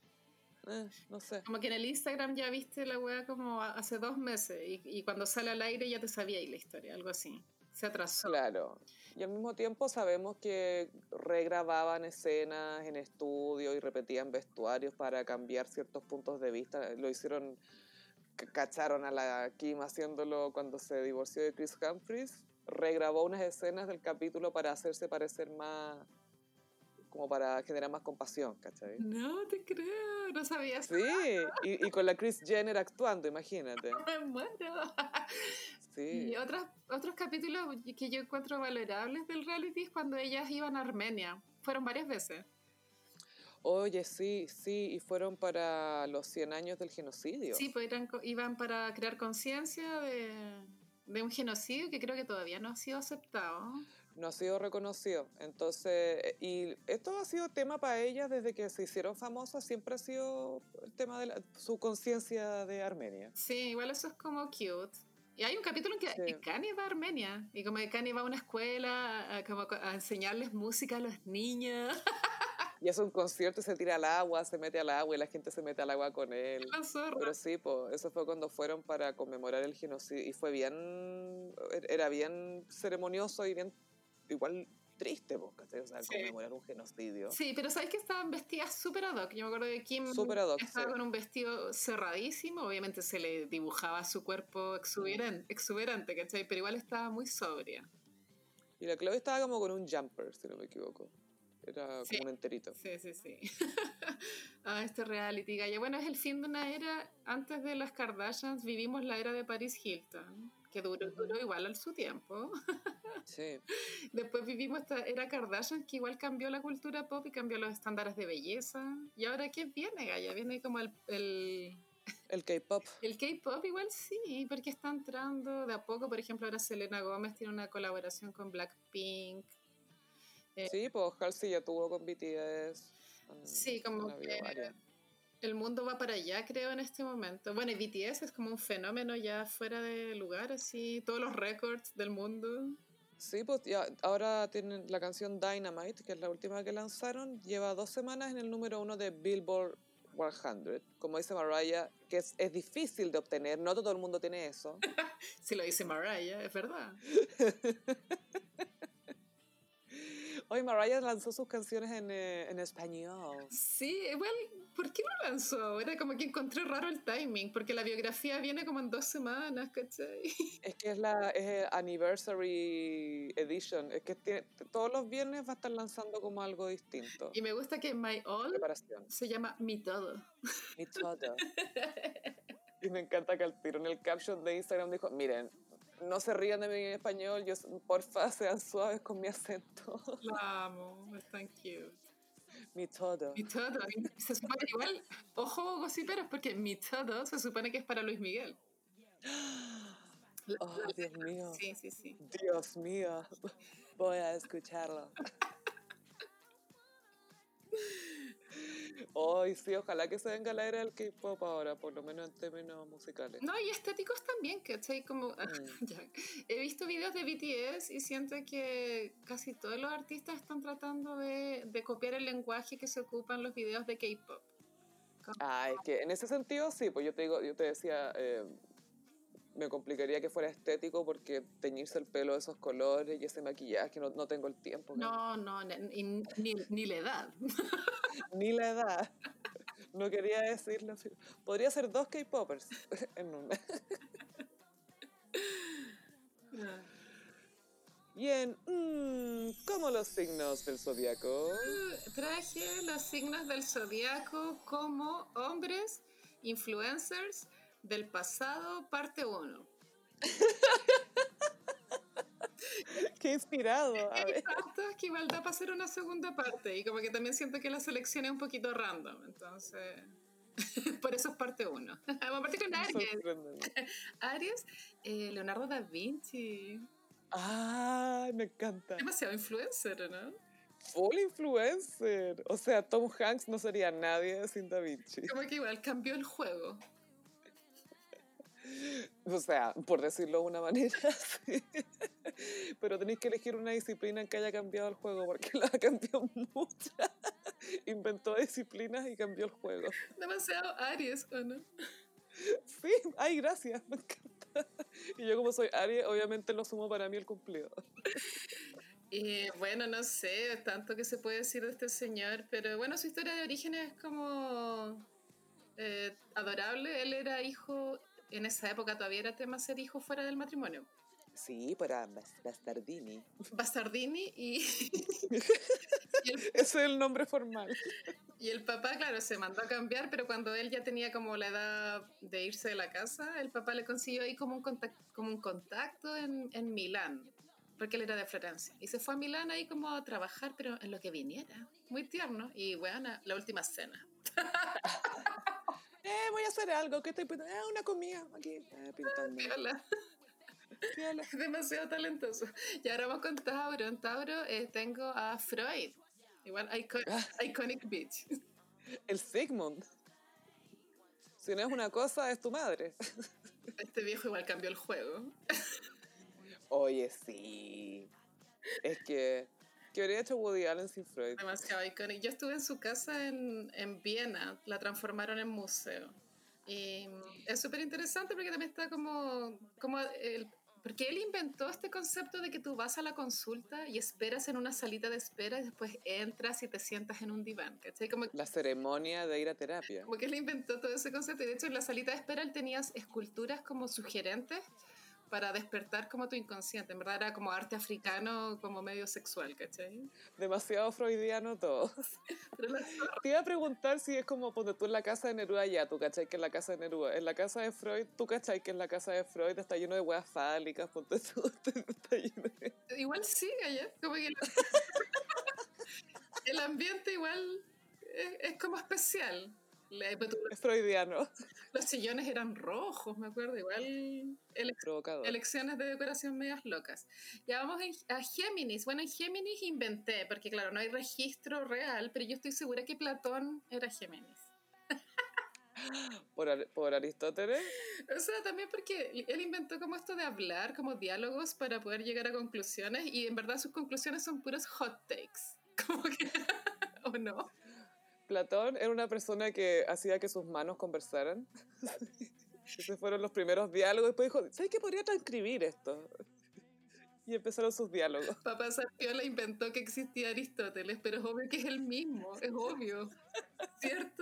eh, no sé. Como que en el Instagram ya viste la weá como hace dos meses y, y cuando sale al aire ya te sabía ahí la historia, algo así. Se atrasó. Claro. Y al mismo tiempo sabemos que regrababan escenas en estudio y repetían vestuarios para cambiar ciertos puntos de vista. Lo hicieron, c- cacharon a la Kim haciéndolo cuando se divorció de Chris Humphries. Regrabó unas escenas del capítulo para hacerse parecer más, como para generar más compasión, ¿cachai? No te creo, no sabía eso. Sí, y, y con la Kris Jenner actuando, imagínate. Me muero. Sí. Y otros, otros capítulos que yo encuentro valorables del reality es cuando ellas iban a Armenia. Fueron varias veces. Oye, sí, sí, y fueron para los cien años del genocidio. Sí, pues eran, iban para crear conciencia de, de un genocidio que creo que todavía no ha sido aceptado. No ha sido reconocido. Entonces, eh, y esto ha sido tema para ellas desde que se hicieron famosas, siempre ha sido el tema de la- su conciencia de Armenia. Sí, igual eso es como cute. Y hay un capítulo en que, Sí. que Kanye va a Armenia y como que Kanye va a una escuela a, a como a enseñarles música a los niños. Y hace un concierto y se tira al agua, se mete al agua y la gente se mete al agua con él. La zorra. Pero sí, pues, eso fue cuando fueron para conmemorar el genocidio y fue bien, era bien ceremonioso y bien, igual triste, pues, ¿cachai? O sea, Sí. conmemorar un genocidio. Sí, pero ¿sabes que estaban vestidas súper ad hoc? Yo me acuerdo de Kim Súper ad hoc, estaba sí. con un vestido cerradísimo, obviamente se le dibujaba su cuerpo exuberante, exuberante, ¿cachai? Pero igual estaba muy sobria. Y la Chloe estaba como con un jumper, si no me equivoco. Era Sí. como un enterito. Sí, sí, sí. Ah, este reality, Gaya. Bueno, es el fin de una era. Antes de las Kardashians vivimos la era de Paris Hilton, que duró, Ujú. duró igual al su tiempo. Sí. Después vivimos esta era Kardashian, que igual cambió la cultura pop y cambió los estándares de belleza. ¿Y ahora qué viene, Gaya? Viene como el... el... El K-pop. El K-pop igual sí, porque está entrando de a poco. Por ejemplo, ahora Selena Gómez tiene una colaboración con Blackpink. Eh, Sí, pues Halsey ya tuvo con B T S. sí, Han, han como habido que varias. el mundo va para allá, creo, en este momento. Bueno, y B T S es como un fenómeno ya fuera de lugar, así, todos los récords del mundo. Sí, pues ya, ahora tienen la canción Dynamite, que es la última que lanzaron. Lleva dos semanas en el número uno de Billboard cien. Como dice Mariah, que es, es difícil de obtener. No todo el mundo tiene eso. Si lo dice Mariah, es verdad. Hoy Mariah lanzó sus canciones en, eh, en español. Sí, igual, ¿por qué no lanzó ahora? Como que encontré raro el timing, porque la biografía viene como en dos semanas, ¿cachai? Es que es la es el Anniversary Edition. Es que tiene- todos los viernes va a estar lanzando como algo distinto. Y me gusta que My All Preparación. se llama Mi Todo. Mi todo. Y me encanta que al tiro en el caption de Instagram dijo, miren, no se rían de mí en español, yo, porfa, sean suaves con mi acento. La amo, es tan cute. Mi todo. Mi Todo. Y se supone igual, ojo, gossiperos, porque Mi Todo se supone que es para Luis Miguel. La- Oh, la Dios letra. mío. Sí, sí, sí. Dios mío. Voy a escucharlo. Hoy sí, ojalá que se venga la era del K-pop ahora, por lo menos en términos musicales. No, y estéticos también, ¿cachai? Como, Mm. ya. He visto videos de B T S y siento que casi todos los artistas están tratando de, de copiar el lenguaje que se ocupa en los videos de K-pop. Ah, es que en ese sentido sí, pues yo te digo, yo te decía, eh, me complicaría que fuera estético porque teñirse el pelo de esos colores y ese maquillaje, no, no tengo el tiempo. No, no, ni, ni, ni la edad. Ni la edad. No quería decirlo así. Podría ser dos K-popers en una. Bien, mmm, ¿cómo los signos del zodiaco? Traje los signos del zodiaco como hombres, influencers del pasado, parte uno. Qué inspirado, a ver. Exacto, es que igual da para hacer una segunda parte y como que también siento que la selección es un poquito random, entonces Por eso es parte uno. Vamos a partir con Aries. Aries, eh, Leonardo da Vinci. ¡Ah! Me encanta. Demasiado influencer, ¿no? Full influencer. O sea, Tom Hanks no sería nadie sin Da Vinci. Como que igual cambió el juego. O sea, por decirlo de una manera, sí. Pero tenéis que elegir una disciplina en que haya cambiado el juego, porque la cambió mucho. Inventó disciplinas y cambió el juego. Demasiado Aries, ¿o no? Sí, ay, gracias, me encanta. Y yo como soy Aries, obviamente lo sumo para mí el cumplido. Y bueno, no sé tanto que se puede decir de este señor, pero bueno, su historia de origen es como eh, adorable. Él era hijo, en esa época todavía era tema ser hijo fuera del matrimonio. Sí, para Bastardini. Bastardini y... y el, ese es el nombre formal. Y el papá, claro, se mandó a cambiar, pero cuando él ya tenía como la edad de irse de la casa, el papá le consiguió ahí como un contacto, como un contacto en, en Milán, porque él era de Florencia. Y se fue a Milán ahí como a trabajar, pero en lo que viniera. Muy tierno. Y bueno, la última cena. eh, voy a hacer algo, ¿qué estoy pintando? Eh, una comida aquí, eh, pintando. Piola. Piola. Demasiado talentoso. Y ahora vamos con Tauro. En Tauro eh, tengo a Freud. Igual icon, ah. Iconic Bitch. El Sigmund. Si no es una cosa, es tu madre. Este viejo igual cambió el juego. Oye, sí. Es que... ¿Qué habría hecho Woody Allen sin Freud? Demasiado icónico. Yo estuve en su casa en, en Viena. La transformaron en museo. Y es súper interesante porque también está como... como el, porque él inventó este concepto de que tú vas a la consulta y esperas en una salita de espera y después entras y te sientas en un diván, ¿cachai? Como, la ceremonia de ir a terapia. Como que él inventó todo ese concepto. Y de hecho en la salita de espera él tenía esculturas como sugerentes para despertar como tu inconsciente. En verdad era como arte africano, como medio sexual, ¿cachai? Demasiado freudiano todo. Pero la... Te iba a preguntar si es como cuando tú en la casa de Neruda ya, tú cachai que es la casa de Neruda. En la casa de Freud, tú cachai que en la casa de Freud está lleno de hueas fálicas, ponte tú, está lleno de... Igual sí, allá, como que el, el ambiente igual es, es como especial. Es freudiano. Los sillones eran rojos, me acuerdo, igual ele elecciones de decoración medias locas. Ya vamos a Géminis. Bueno, en Géminis inventé, porque claro, no hay registro real, pero yo estoy segura que Platón era Géminis. ¿Por, ¿Por Aristóteles? O sea, también porque él inventó como esto de hablar, como diálogos para poder llegar a conclusiones, y en verdad sus conclusiones son puros hot takes. Como que, ¿o no? Platón era una persona que hacía que sus manos conversaran. Esos fueron los primeros diálogos. Después dijo, ¿sabes qué? Podría transcribir esto. Y empezaron sus diálogos. Papá Sapiola inventó que existía Aristóteles, pero es obvio que es el mismo, es obvio. ¿Cierto?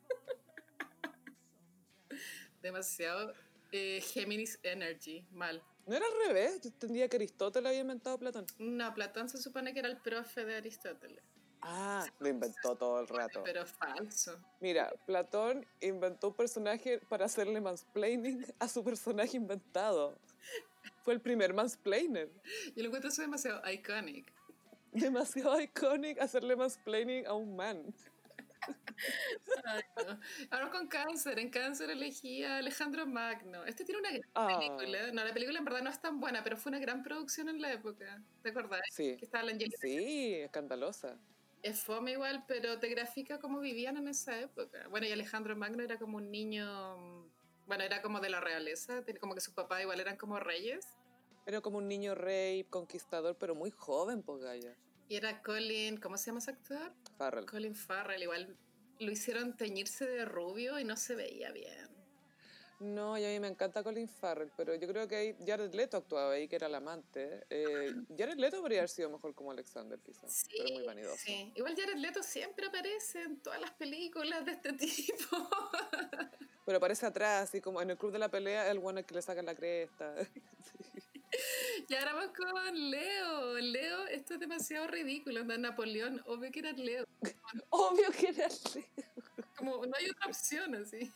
Demasiado eh, Géminis Energy, mal. ¿No era al revés? Yo entendía que Aristóteles había inventado a Platón. No, Platón se supone que era el profe de Aristóteles. Ah, lo inventó todo el rato. Pero falso. Mira, Platón inventó un personaje para hacerle mansplaining a su personaje inventado. Fue el primer mansplainer. Yo lo encuentro eso demasiado iconic. Demasiado iconic hacerle mansplaining a un man. Ay, no. Ahora con Cáncer. En Cáncer elegí a Alejandro Magno. Este tiene una gran oh. película. No, la película en verdad no es tan buena, pero fue una gran producción en la época. ¿Te acordás? Sí. Que estaba la Angelina. Sí, escandalosa. Es fome igual, pero te grafica cómo vivían en esa época. Bueno, y Alejandro Magno era como un niño... Bueno, era como de la realeza. Como que sus papás igual eran como reyes. Era como un niño rey, conquistador, pero muy joven, pues, Gaya. Y era Colin... ¿Cómo se llama ese actor? Farrell. Colin Farrell. Igual lo hicieron teñirse de rubio y no se veía bien. No, y a mí me encanta Colin Farrell, pero yo creo que ahí Jared Leto actuaba ahí, que era el amante. Eh, Jared Leto podría haber sido mejor como Alexander, quizás, sí, pero muy vanidoso. Sí. Igual Jared Leto siempre aparece en todas las películas de este tipo. Pero aparece atrás, así como en el club de la pelea, el bueno es que le sacan la cresta. Sí. Y ahora vamos con Leo. Leo, esto es demasiado ridículo. Anda, Napoleón, obvio que era Leo. Obvio que era Leo. Como no hay otra opción, así.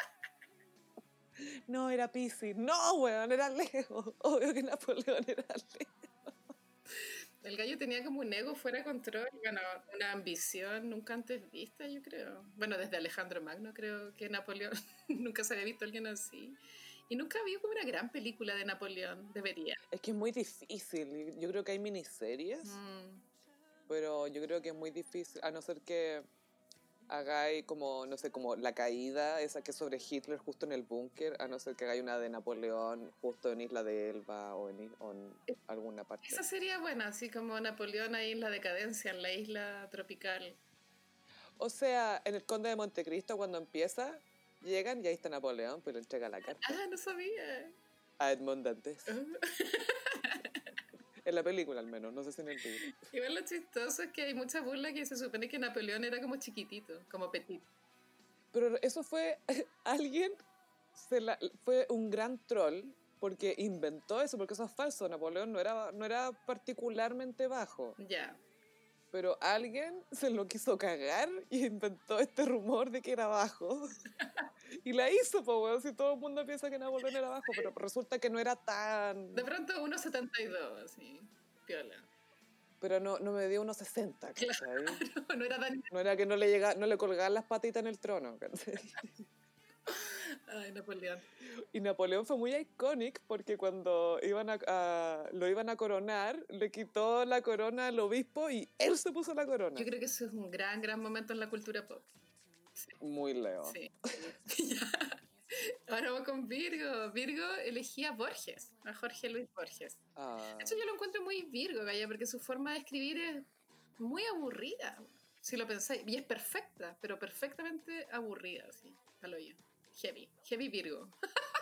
No, era Piscis. No, weón, era Leo. Obvio que Napoleón era Leo. El gallo tenía como un ego fuera de control, bueno, una ambición nunca antes vista, yo creo. Bueno, desde Alejandro Magno creo que Napoleón nunca se había visto a alguien así. Y nunca vi como una gran película de Napoleón, debería. Es que es muy difícil, yo creo que hay miniseries, mm. pero yo creo que es muy difícil, a no ser que hagáis como, no sé, como la caída, esa que es sobre Hitler justo en el búnker, a no ser que hagáis una de Napoleón justo en Isla de Elba o en, o en alguna parte. Esa sería buena, así como Napoleón ahí en la decadencia, en la isla tropical. O sea, en el Conde de Montecristo cuando empieza, llegan y ahí está Napoleón, pues le entrega la carta. Ah, no sabía. A Edmond Dantes. En la película al menos, no sé si en el libro. Igual lo chistoso es que hay mucha burla que se supone que Napoleón era como chiquitito, como petit. Pero eso fue, alguien, se la, fue un gran troll porque inventó eso, porque eso es falso. Napoleón no era, no era particularmente bajo. Ya. Yeah. Pero alguien se lo quiso cagar y inventó este rumor de que era bajo. Y la hizo, pues, bueno, si todo el mundo piensa que Napoleón era bajo, pero resulta que no era tan... De pronto uno setenta y dos, así, piola. Pero no, no me dio unos sesenta, ¿cachai? Claro, no era tan... No era que no le, llega, no le colgaban las patitas en el trono, ¿cachai? Ay, Napoleón. Y Napoleón fue muy icónico porque cuando iban a, a, lo iban a coronar, le quitó la corona al obispo y él se puso la corona. Yo creo que eso es un gran, gran momento en la cultura pop. Sí. Muy Leo. Sí. Ahora vamos con Virgo. Virgo elegía a Borges, a Jorge Luis Borges. Ah. De hecho, yo lo encuentro muy Virgo, Gaya, porque su forma de escribir es muy aburrida, si lo pensáis. Y es perfecta, pero perfectamente aburrida, sí, al hoyo. Heavy, heavy Virgo.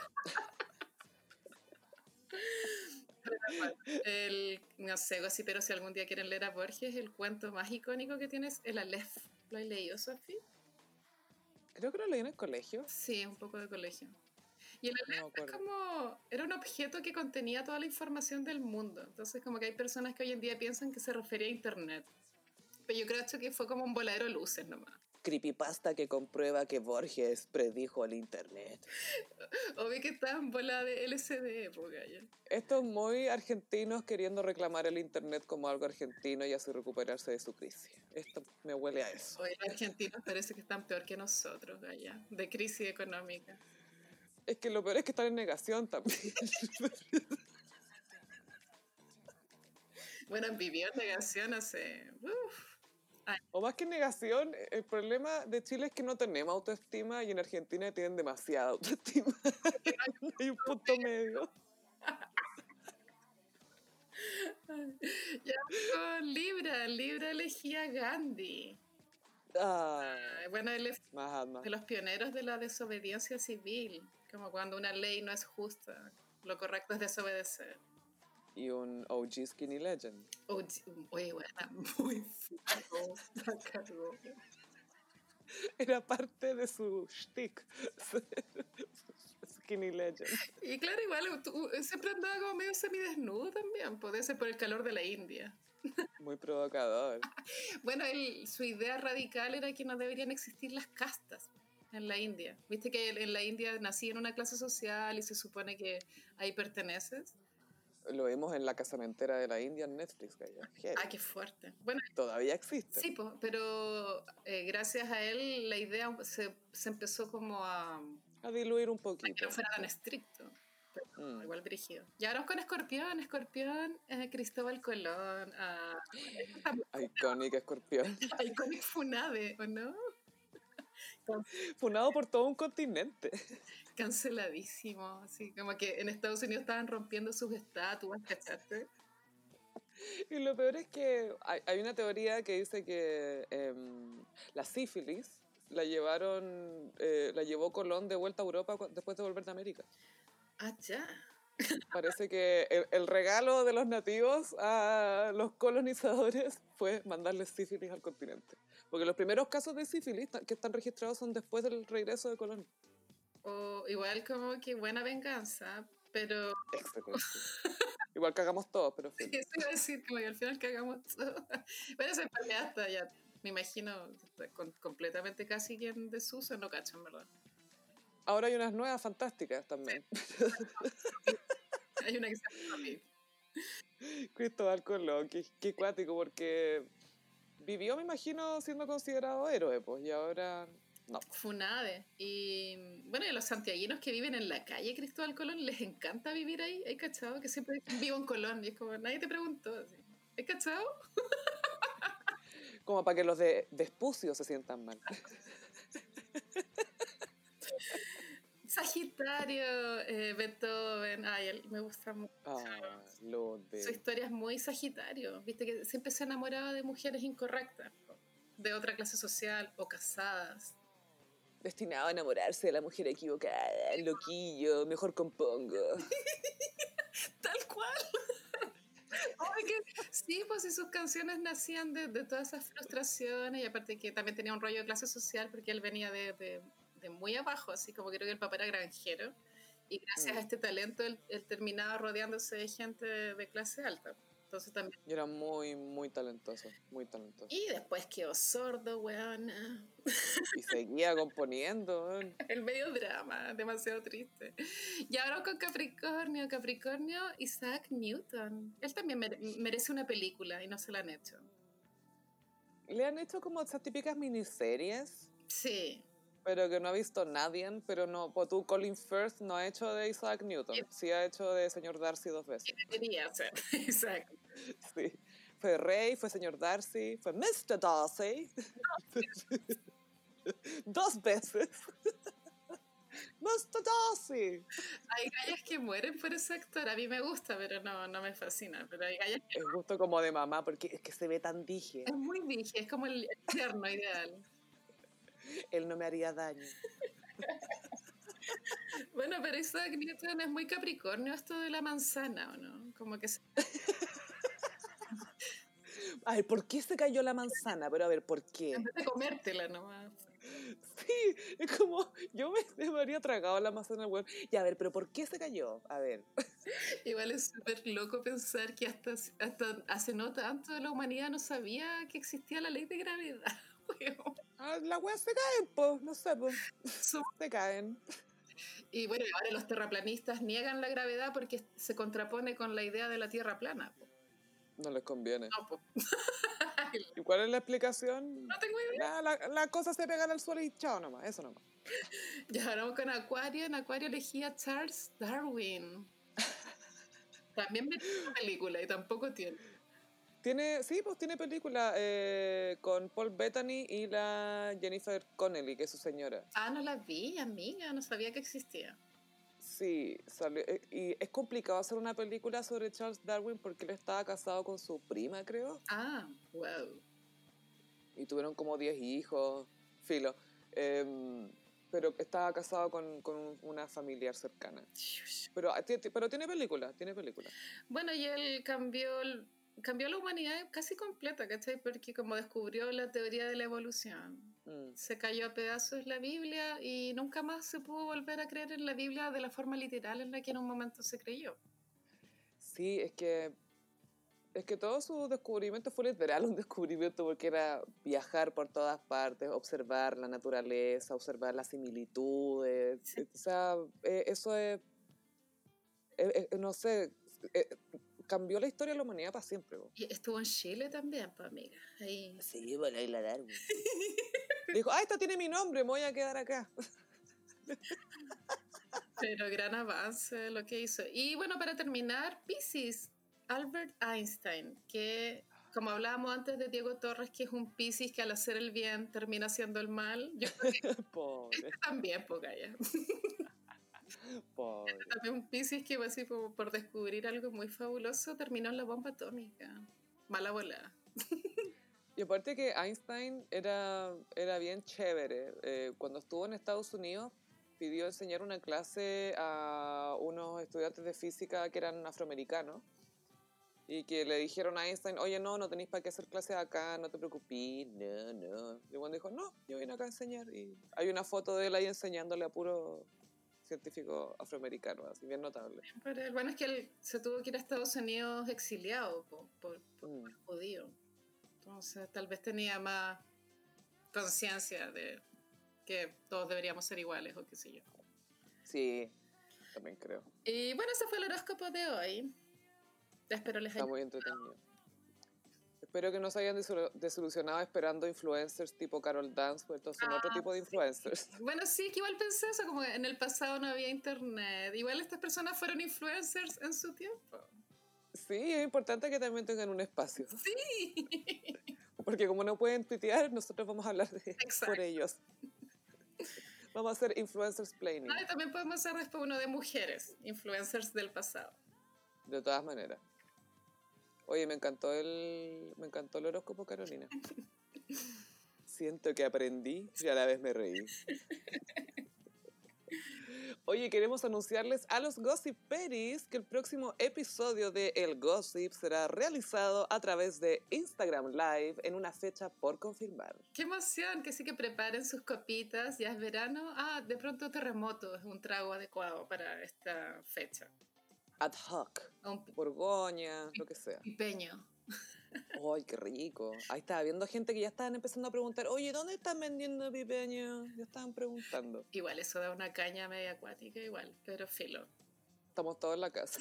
El, no sé, así, pero si algún día quieren leer a Borges, el cuento más icónico que tienes es el Aleph. ¿Lo has leído, Sofi? Creo que lo leí en el colegio. Sí, un poco de colegio. Y el Aleph no es como... Era un objeto que contenía toda la información del mundo. Entonces, como que hay personas que hoy en día piensan que se refería a Internet. Pero yo creo que fue como un voladero de luces nomás. Creepypasta que comprueba que Borges predijo el Internet. Obvio que está en bola de L S D, porque ya. Estos muy argentinos queriendo reclamar el Internet como algo argentino y así recuperarse de su crisis. Esto me huele a eso. Hoy los argentinos parece que están peor que nosotros allá, de crisis económica. Es que lo peor es que están en negación también. Bueno, vivió en negación hace... Uf. Ay. O más que negación, el problema de Chile es que no tenemos autoestima y en Argentina tienen demasiada autoestima. Hay un punto medio. Ya, con Libra, Libra elegía a Gandhi. Ah, bueno, él es Mahatma. de los pioneros de la desobediencia civil, como cuando una ley no es justa, lo correcto es desobedecer. Y un O G Skinny Legend. O G, oye, buena, muy flaco, cargó. Era parte de su shtick. Skinny Legend. Y claro, igual tú, siempre andaba como medio semidesnudo también, puede ser por el calor de la India. Muy provocador. Bueno, él, su idea radical era que no deberían existir las castas en la India. Viste que en la India nací en una clase social y se supone que ahí perteneces. Lo vimos en La Casamentera de la India en Netflix, Gaya. Ah, qué fuerte. Bueno, todavía existe. Sí, pues, pero eh, gracias a él la idea se, se empezó como a... A diluir un poquito. Que no fuera tan estricto. Pero mm. Igual dirigido. Y ahora con Escorpión, Escorpión, eh, Cristóbal Colón. Uh, Icónica Escorpión. Icónico Funade, ¿o no? Funado por todo un continente. Canceladísimo, así como que en Estados Unidos estaban rompiendo sus estatuas, ¿cachaste? Y lo peor es que hay, hay una teoría que dice que eh, la sífilis la llevaron, eh, la llevó Colón de vuelta a Europa después de volver de América. Ah, ya. Parece que el, el regalo de los nativos a los colonizadores fue mandarles sífilis al continente. Porque los primeros casos de sífilis que están registrados son después del regreso de Colón. O igual como que buena venganza, pero... Excelente. Igual cagamos todos, pero... Sí, eso iba a decir, como que al final cagamos todos. Bueno, esa enfermedad está ya, me imagino, con, completamente casi que en desuso, no cacho, en verdad. Ahora hay unas nuevas fantásticas también. Hay una que se llama COVID. Cristóbal Colón, qué, qué cuático, porque vivió, me imagino, siendo considerado héroe, pues, y ahora no. Funade. Y bueno, y a los santiaguinos que viven en la calle Cristóbal Colón les encanta vivir ahí. ¿Hay cachado? Que siempre dicen vivo en Colón. Y es como, nadie te preguntó. ¿Hay cachado? Como para que los de Vespucio se sientan mal. Sagitario, eh, Beethoven, ay, él me gusta mucho. Ah, lo de... Su historia es muy Sagitario, viste que siempre se enamoraba de mujeres incorrectas, de otra clase social o casadas. Destinado a enamorarse de la mujer equivocada, loquillo, mejor compongo. Tal cual. Ay, que, sí, pues y sus canciones nacían de, de todas esas frustraciones y aparte que también tenía un rollo de clase social porque él venía de, de, de muy abajo, así como creo que el papá era granjero y gracias mm. a este talento él, él terminaba rodeándose de gente de, de clase alta. Entonces también... Y era muy, muy talentoso, muy talentoso. Y después quedó sordo, weona. Y seguía componiendo. Weón. El medio drama, demasiado triste. Y ahora con Capricornio, Capricornio, Isaac Newton. Él también mere- merece una película y no se la han hecho. Le han hecho como esas típicas miniseries. Sí. Pero que no ha visto nadie, pero no, pues tú, Colin Firth no ha hecho de Isaac Newton, sí ha hecho de señor Darcy dos veces. Debería ser, exacto. Sí, fue Rey, fue señor Darcy, fue mister Darcy. Dos veces. mister Darcy. Hay gallas que mueren por ese actor, a mí me gusta, pero no, no me fascina. Pero hay gallas que es gusto como de mamá, porque es que se ve tan dije. Es muy dije, es como el tierno ideal. Él no me haría daño. Bueno, pero Isaac Newton es muy Capricornio esto de la manzana, ¿o no? Como que se... Ay, ¿por qué se cayó la manzana? Pero a ver, ¿por qué? En vez de comértela nomás. Sí, es como, yo me, me habría tragado la manzana al huevo. Y a ver, ¿pero por qué se cayó? A ver. Igual es súper loco pensar que hasta, hasta hace no tanto la humanidad no sabía que existía la ley de gravedad. Ah, las weas se caen, pues, no sé, pues. Se caen. Y bueno, ahora los terraplanistas niegan la gravedad porque se contrapone con la idea de la Tierra plana. Po. No les conviene. No, po. ¿Y cuál es la explicación? No tengo idea. La, la, la cosa se pega al suelo y chao nomás, eso nomás. Ya hablamos con Acuario. En Acuario elegía Charles Darwin. También me tiene una película y tampoco tiene. Tiene, sí, pues tiene película eh, con Paul Bettany y la Jennifer Connelly, que es su señora. Ah, no la vi, amiga, no sabía que existía. Sí, salió, eh, y es complicado hacer una película sobre Charles Darwin porque él estaba casado con su prima, creo. Ah, wow. Y tuvieron como diez hijos, filo. Eh, pero estaba casado con, con una familiar cercana. Pero, pero tiene película, tiene película. Bueno, y él cambió... cambió la humanidad casi completa, ¿cachai? Porque como descubrió la teoría de la evolución, mm. se cayó a pedazos la Biblia y nunca más se pudo volver a creer en la Biblia de la forma literal en la que en un momento se creyó. Sí, es que es que todo su descubrimiento fue literal un descubrimiento porque era viajar por todas partes, observar la naturaleza, observar las similitudes. Sí. O sea, eh, eso es, eh, eh, no sé... Eh, cambió la historia de la humanidad para siempre. ¿no? Y estuvo en Chile también, pues, amiga. Ahí... Sí, bueno, ahí la Darwin. Dijo, ah, esta tiene mi nombre, me voy a quedar acá. Pero gran avance lo que hizo. Y bueno, para terminar, Piscis, Albert Einstein, que como hablábamos antes de Diego Torres, que es un Piscis que al hacer el bien termina haciendo el mal. Yo creo que Pobre. Este también, pues, Gaya. Pobre. Este también un Piscis que así por, por descubrir algo muy fabuloso terminó en la bomba atómica. Mala volada. Y aparte que Einstein era, era bien chévere. Eh, cuando estuvo en Estados Unidos pidió enseñar una clase a unos estudiantes de física que eran afroamericanos y que le dijeron a Einstein, oye, no, no tenéis para qué hacer clases acá, no te preocupes, no, no. Y cuando dijo, no, yo vine acá a enseñar. Y hay una foto de él ahí enseñándole a puro científico afroamericano, así bien notable. Pero el bueno es que él se tuvo que ir a Estados Unidos exiliado por, por, por, mm. por judío. Entonces tal vez tenía más conciencia de que todos deberíamos ser iguales o qué sé yo. Sí, también creo. Y bueno, ese fue el horóscopo de hoy. Espero les haya Está muy entretenido. Espero que no se hayan desilusionado esperando influencers tipo Carol Dance, porque estos son ah, otro tipo de influencers. Sí. Bueno, sí, que igual pensé eso, como en el pasado no había internet. Igual estas personas fueron influencers en su tiempo. Sí, es importante que también tengan un espacio. Sí. Porque como no pueden tuitear, nosotros vamos a hablar de por ellos. Vamos a hacer influencers planning. No, y también podemos hacer después uno de mujeres, influencers del pasado. De todas maneras. Oye, me encantó el, me encantó el horóscopo, Carolina. Siento que aprendí y a la vez me reí. Oye, queremos anunciarles a los Gossiperis que el próximo episodio de El Gossip será realizado a través de Instagram Live en una fecha por confirmar. ¡Qué emoción! Que sí que preparen sus copitas, ya es verano. Ah, de pronto terremoto es un trago adecuado para esta fecha. Ad hoc, un Borgoña, lo que sea. Pipeño. ¡Ay, qué rico! Ahí estaba viendo gente que ya estaban empezando a preguntar, oye, ¿dónde están vendiendo pipeño? Ya estaban preguntando. Igual, eso da una caña media acuática igual, pero filo. Estamos todos en la casa.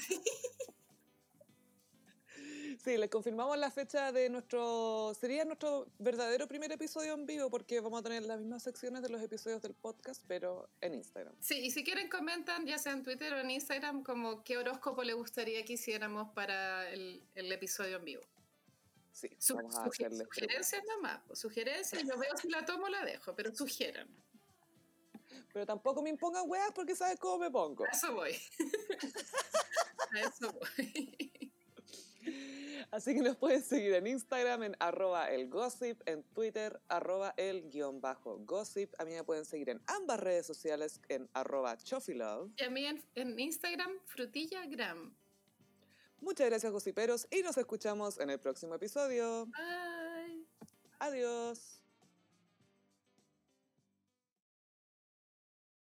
Sí, les confirmamos la fecha de nuestro... Sería nuestro verdadero primer episodio en vivo porque vamos a tener las mismas secciones de los episodios del podcast, pero en Instagram. Sí, y si quieren comentan, ya sea en Twitter o en Instagram, como qué horóscopo les gustaría que hiciéramos para el, el episodio en vivo. Sí, Su, vamos a hacerles sugerencias nomás, pues, sugerencias, yo veo si la tomo o la dejo, pero sugieran. Pero tampoco me impongan weas porque sabes cómo me pongo. A eso voy. A eso voy. Así que nos pueden seguir en Instagram en arroba el gossip, en Twitter arroba el guión bajo gossip. A mí me pueden seguir en ambas redes sociales en arroba chofilove. Y a mí en, en Instagram frutillagram. Muchas gracias, gossiperos, y nos escuchamos en el próximo episodio. Bye. Adiós.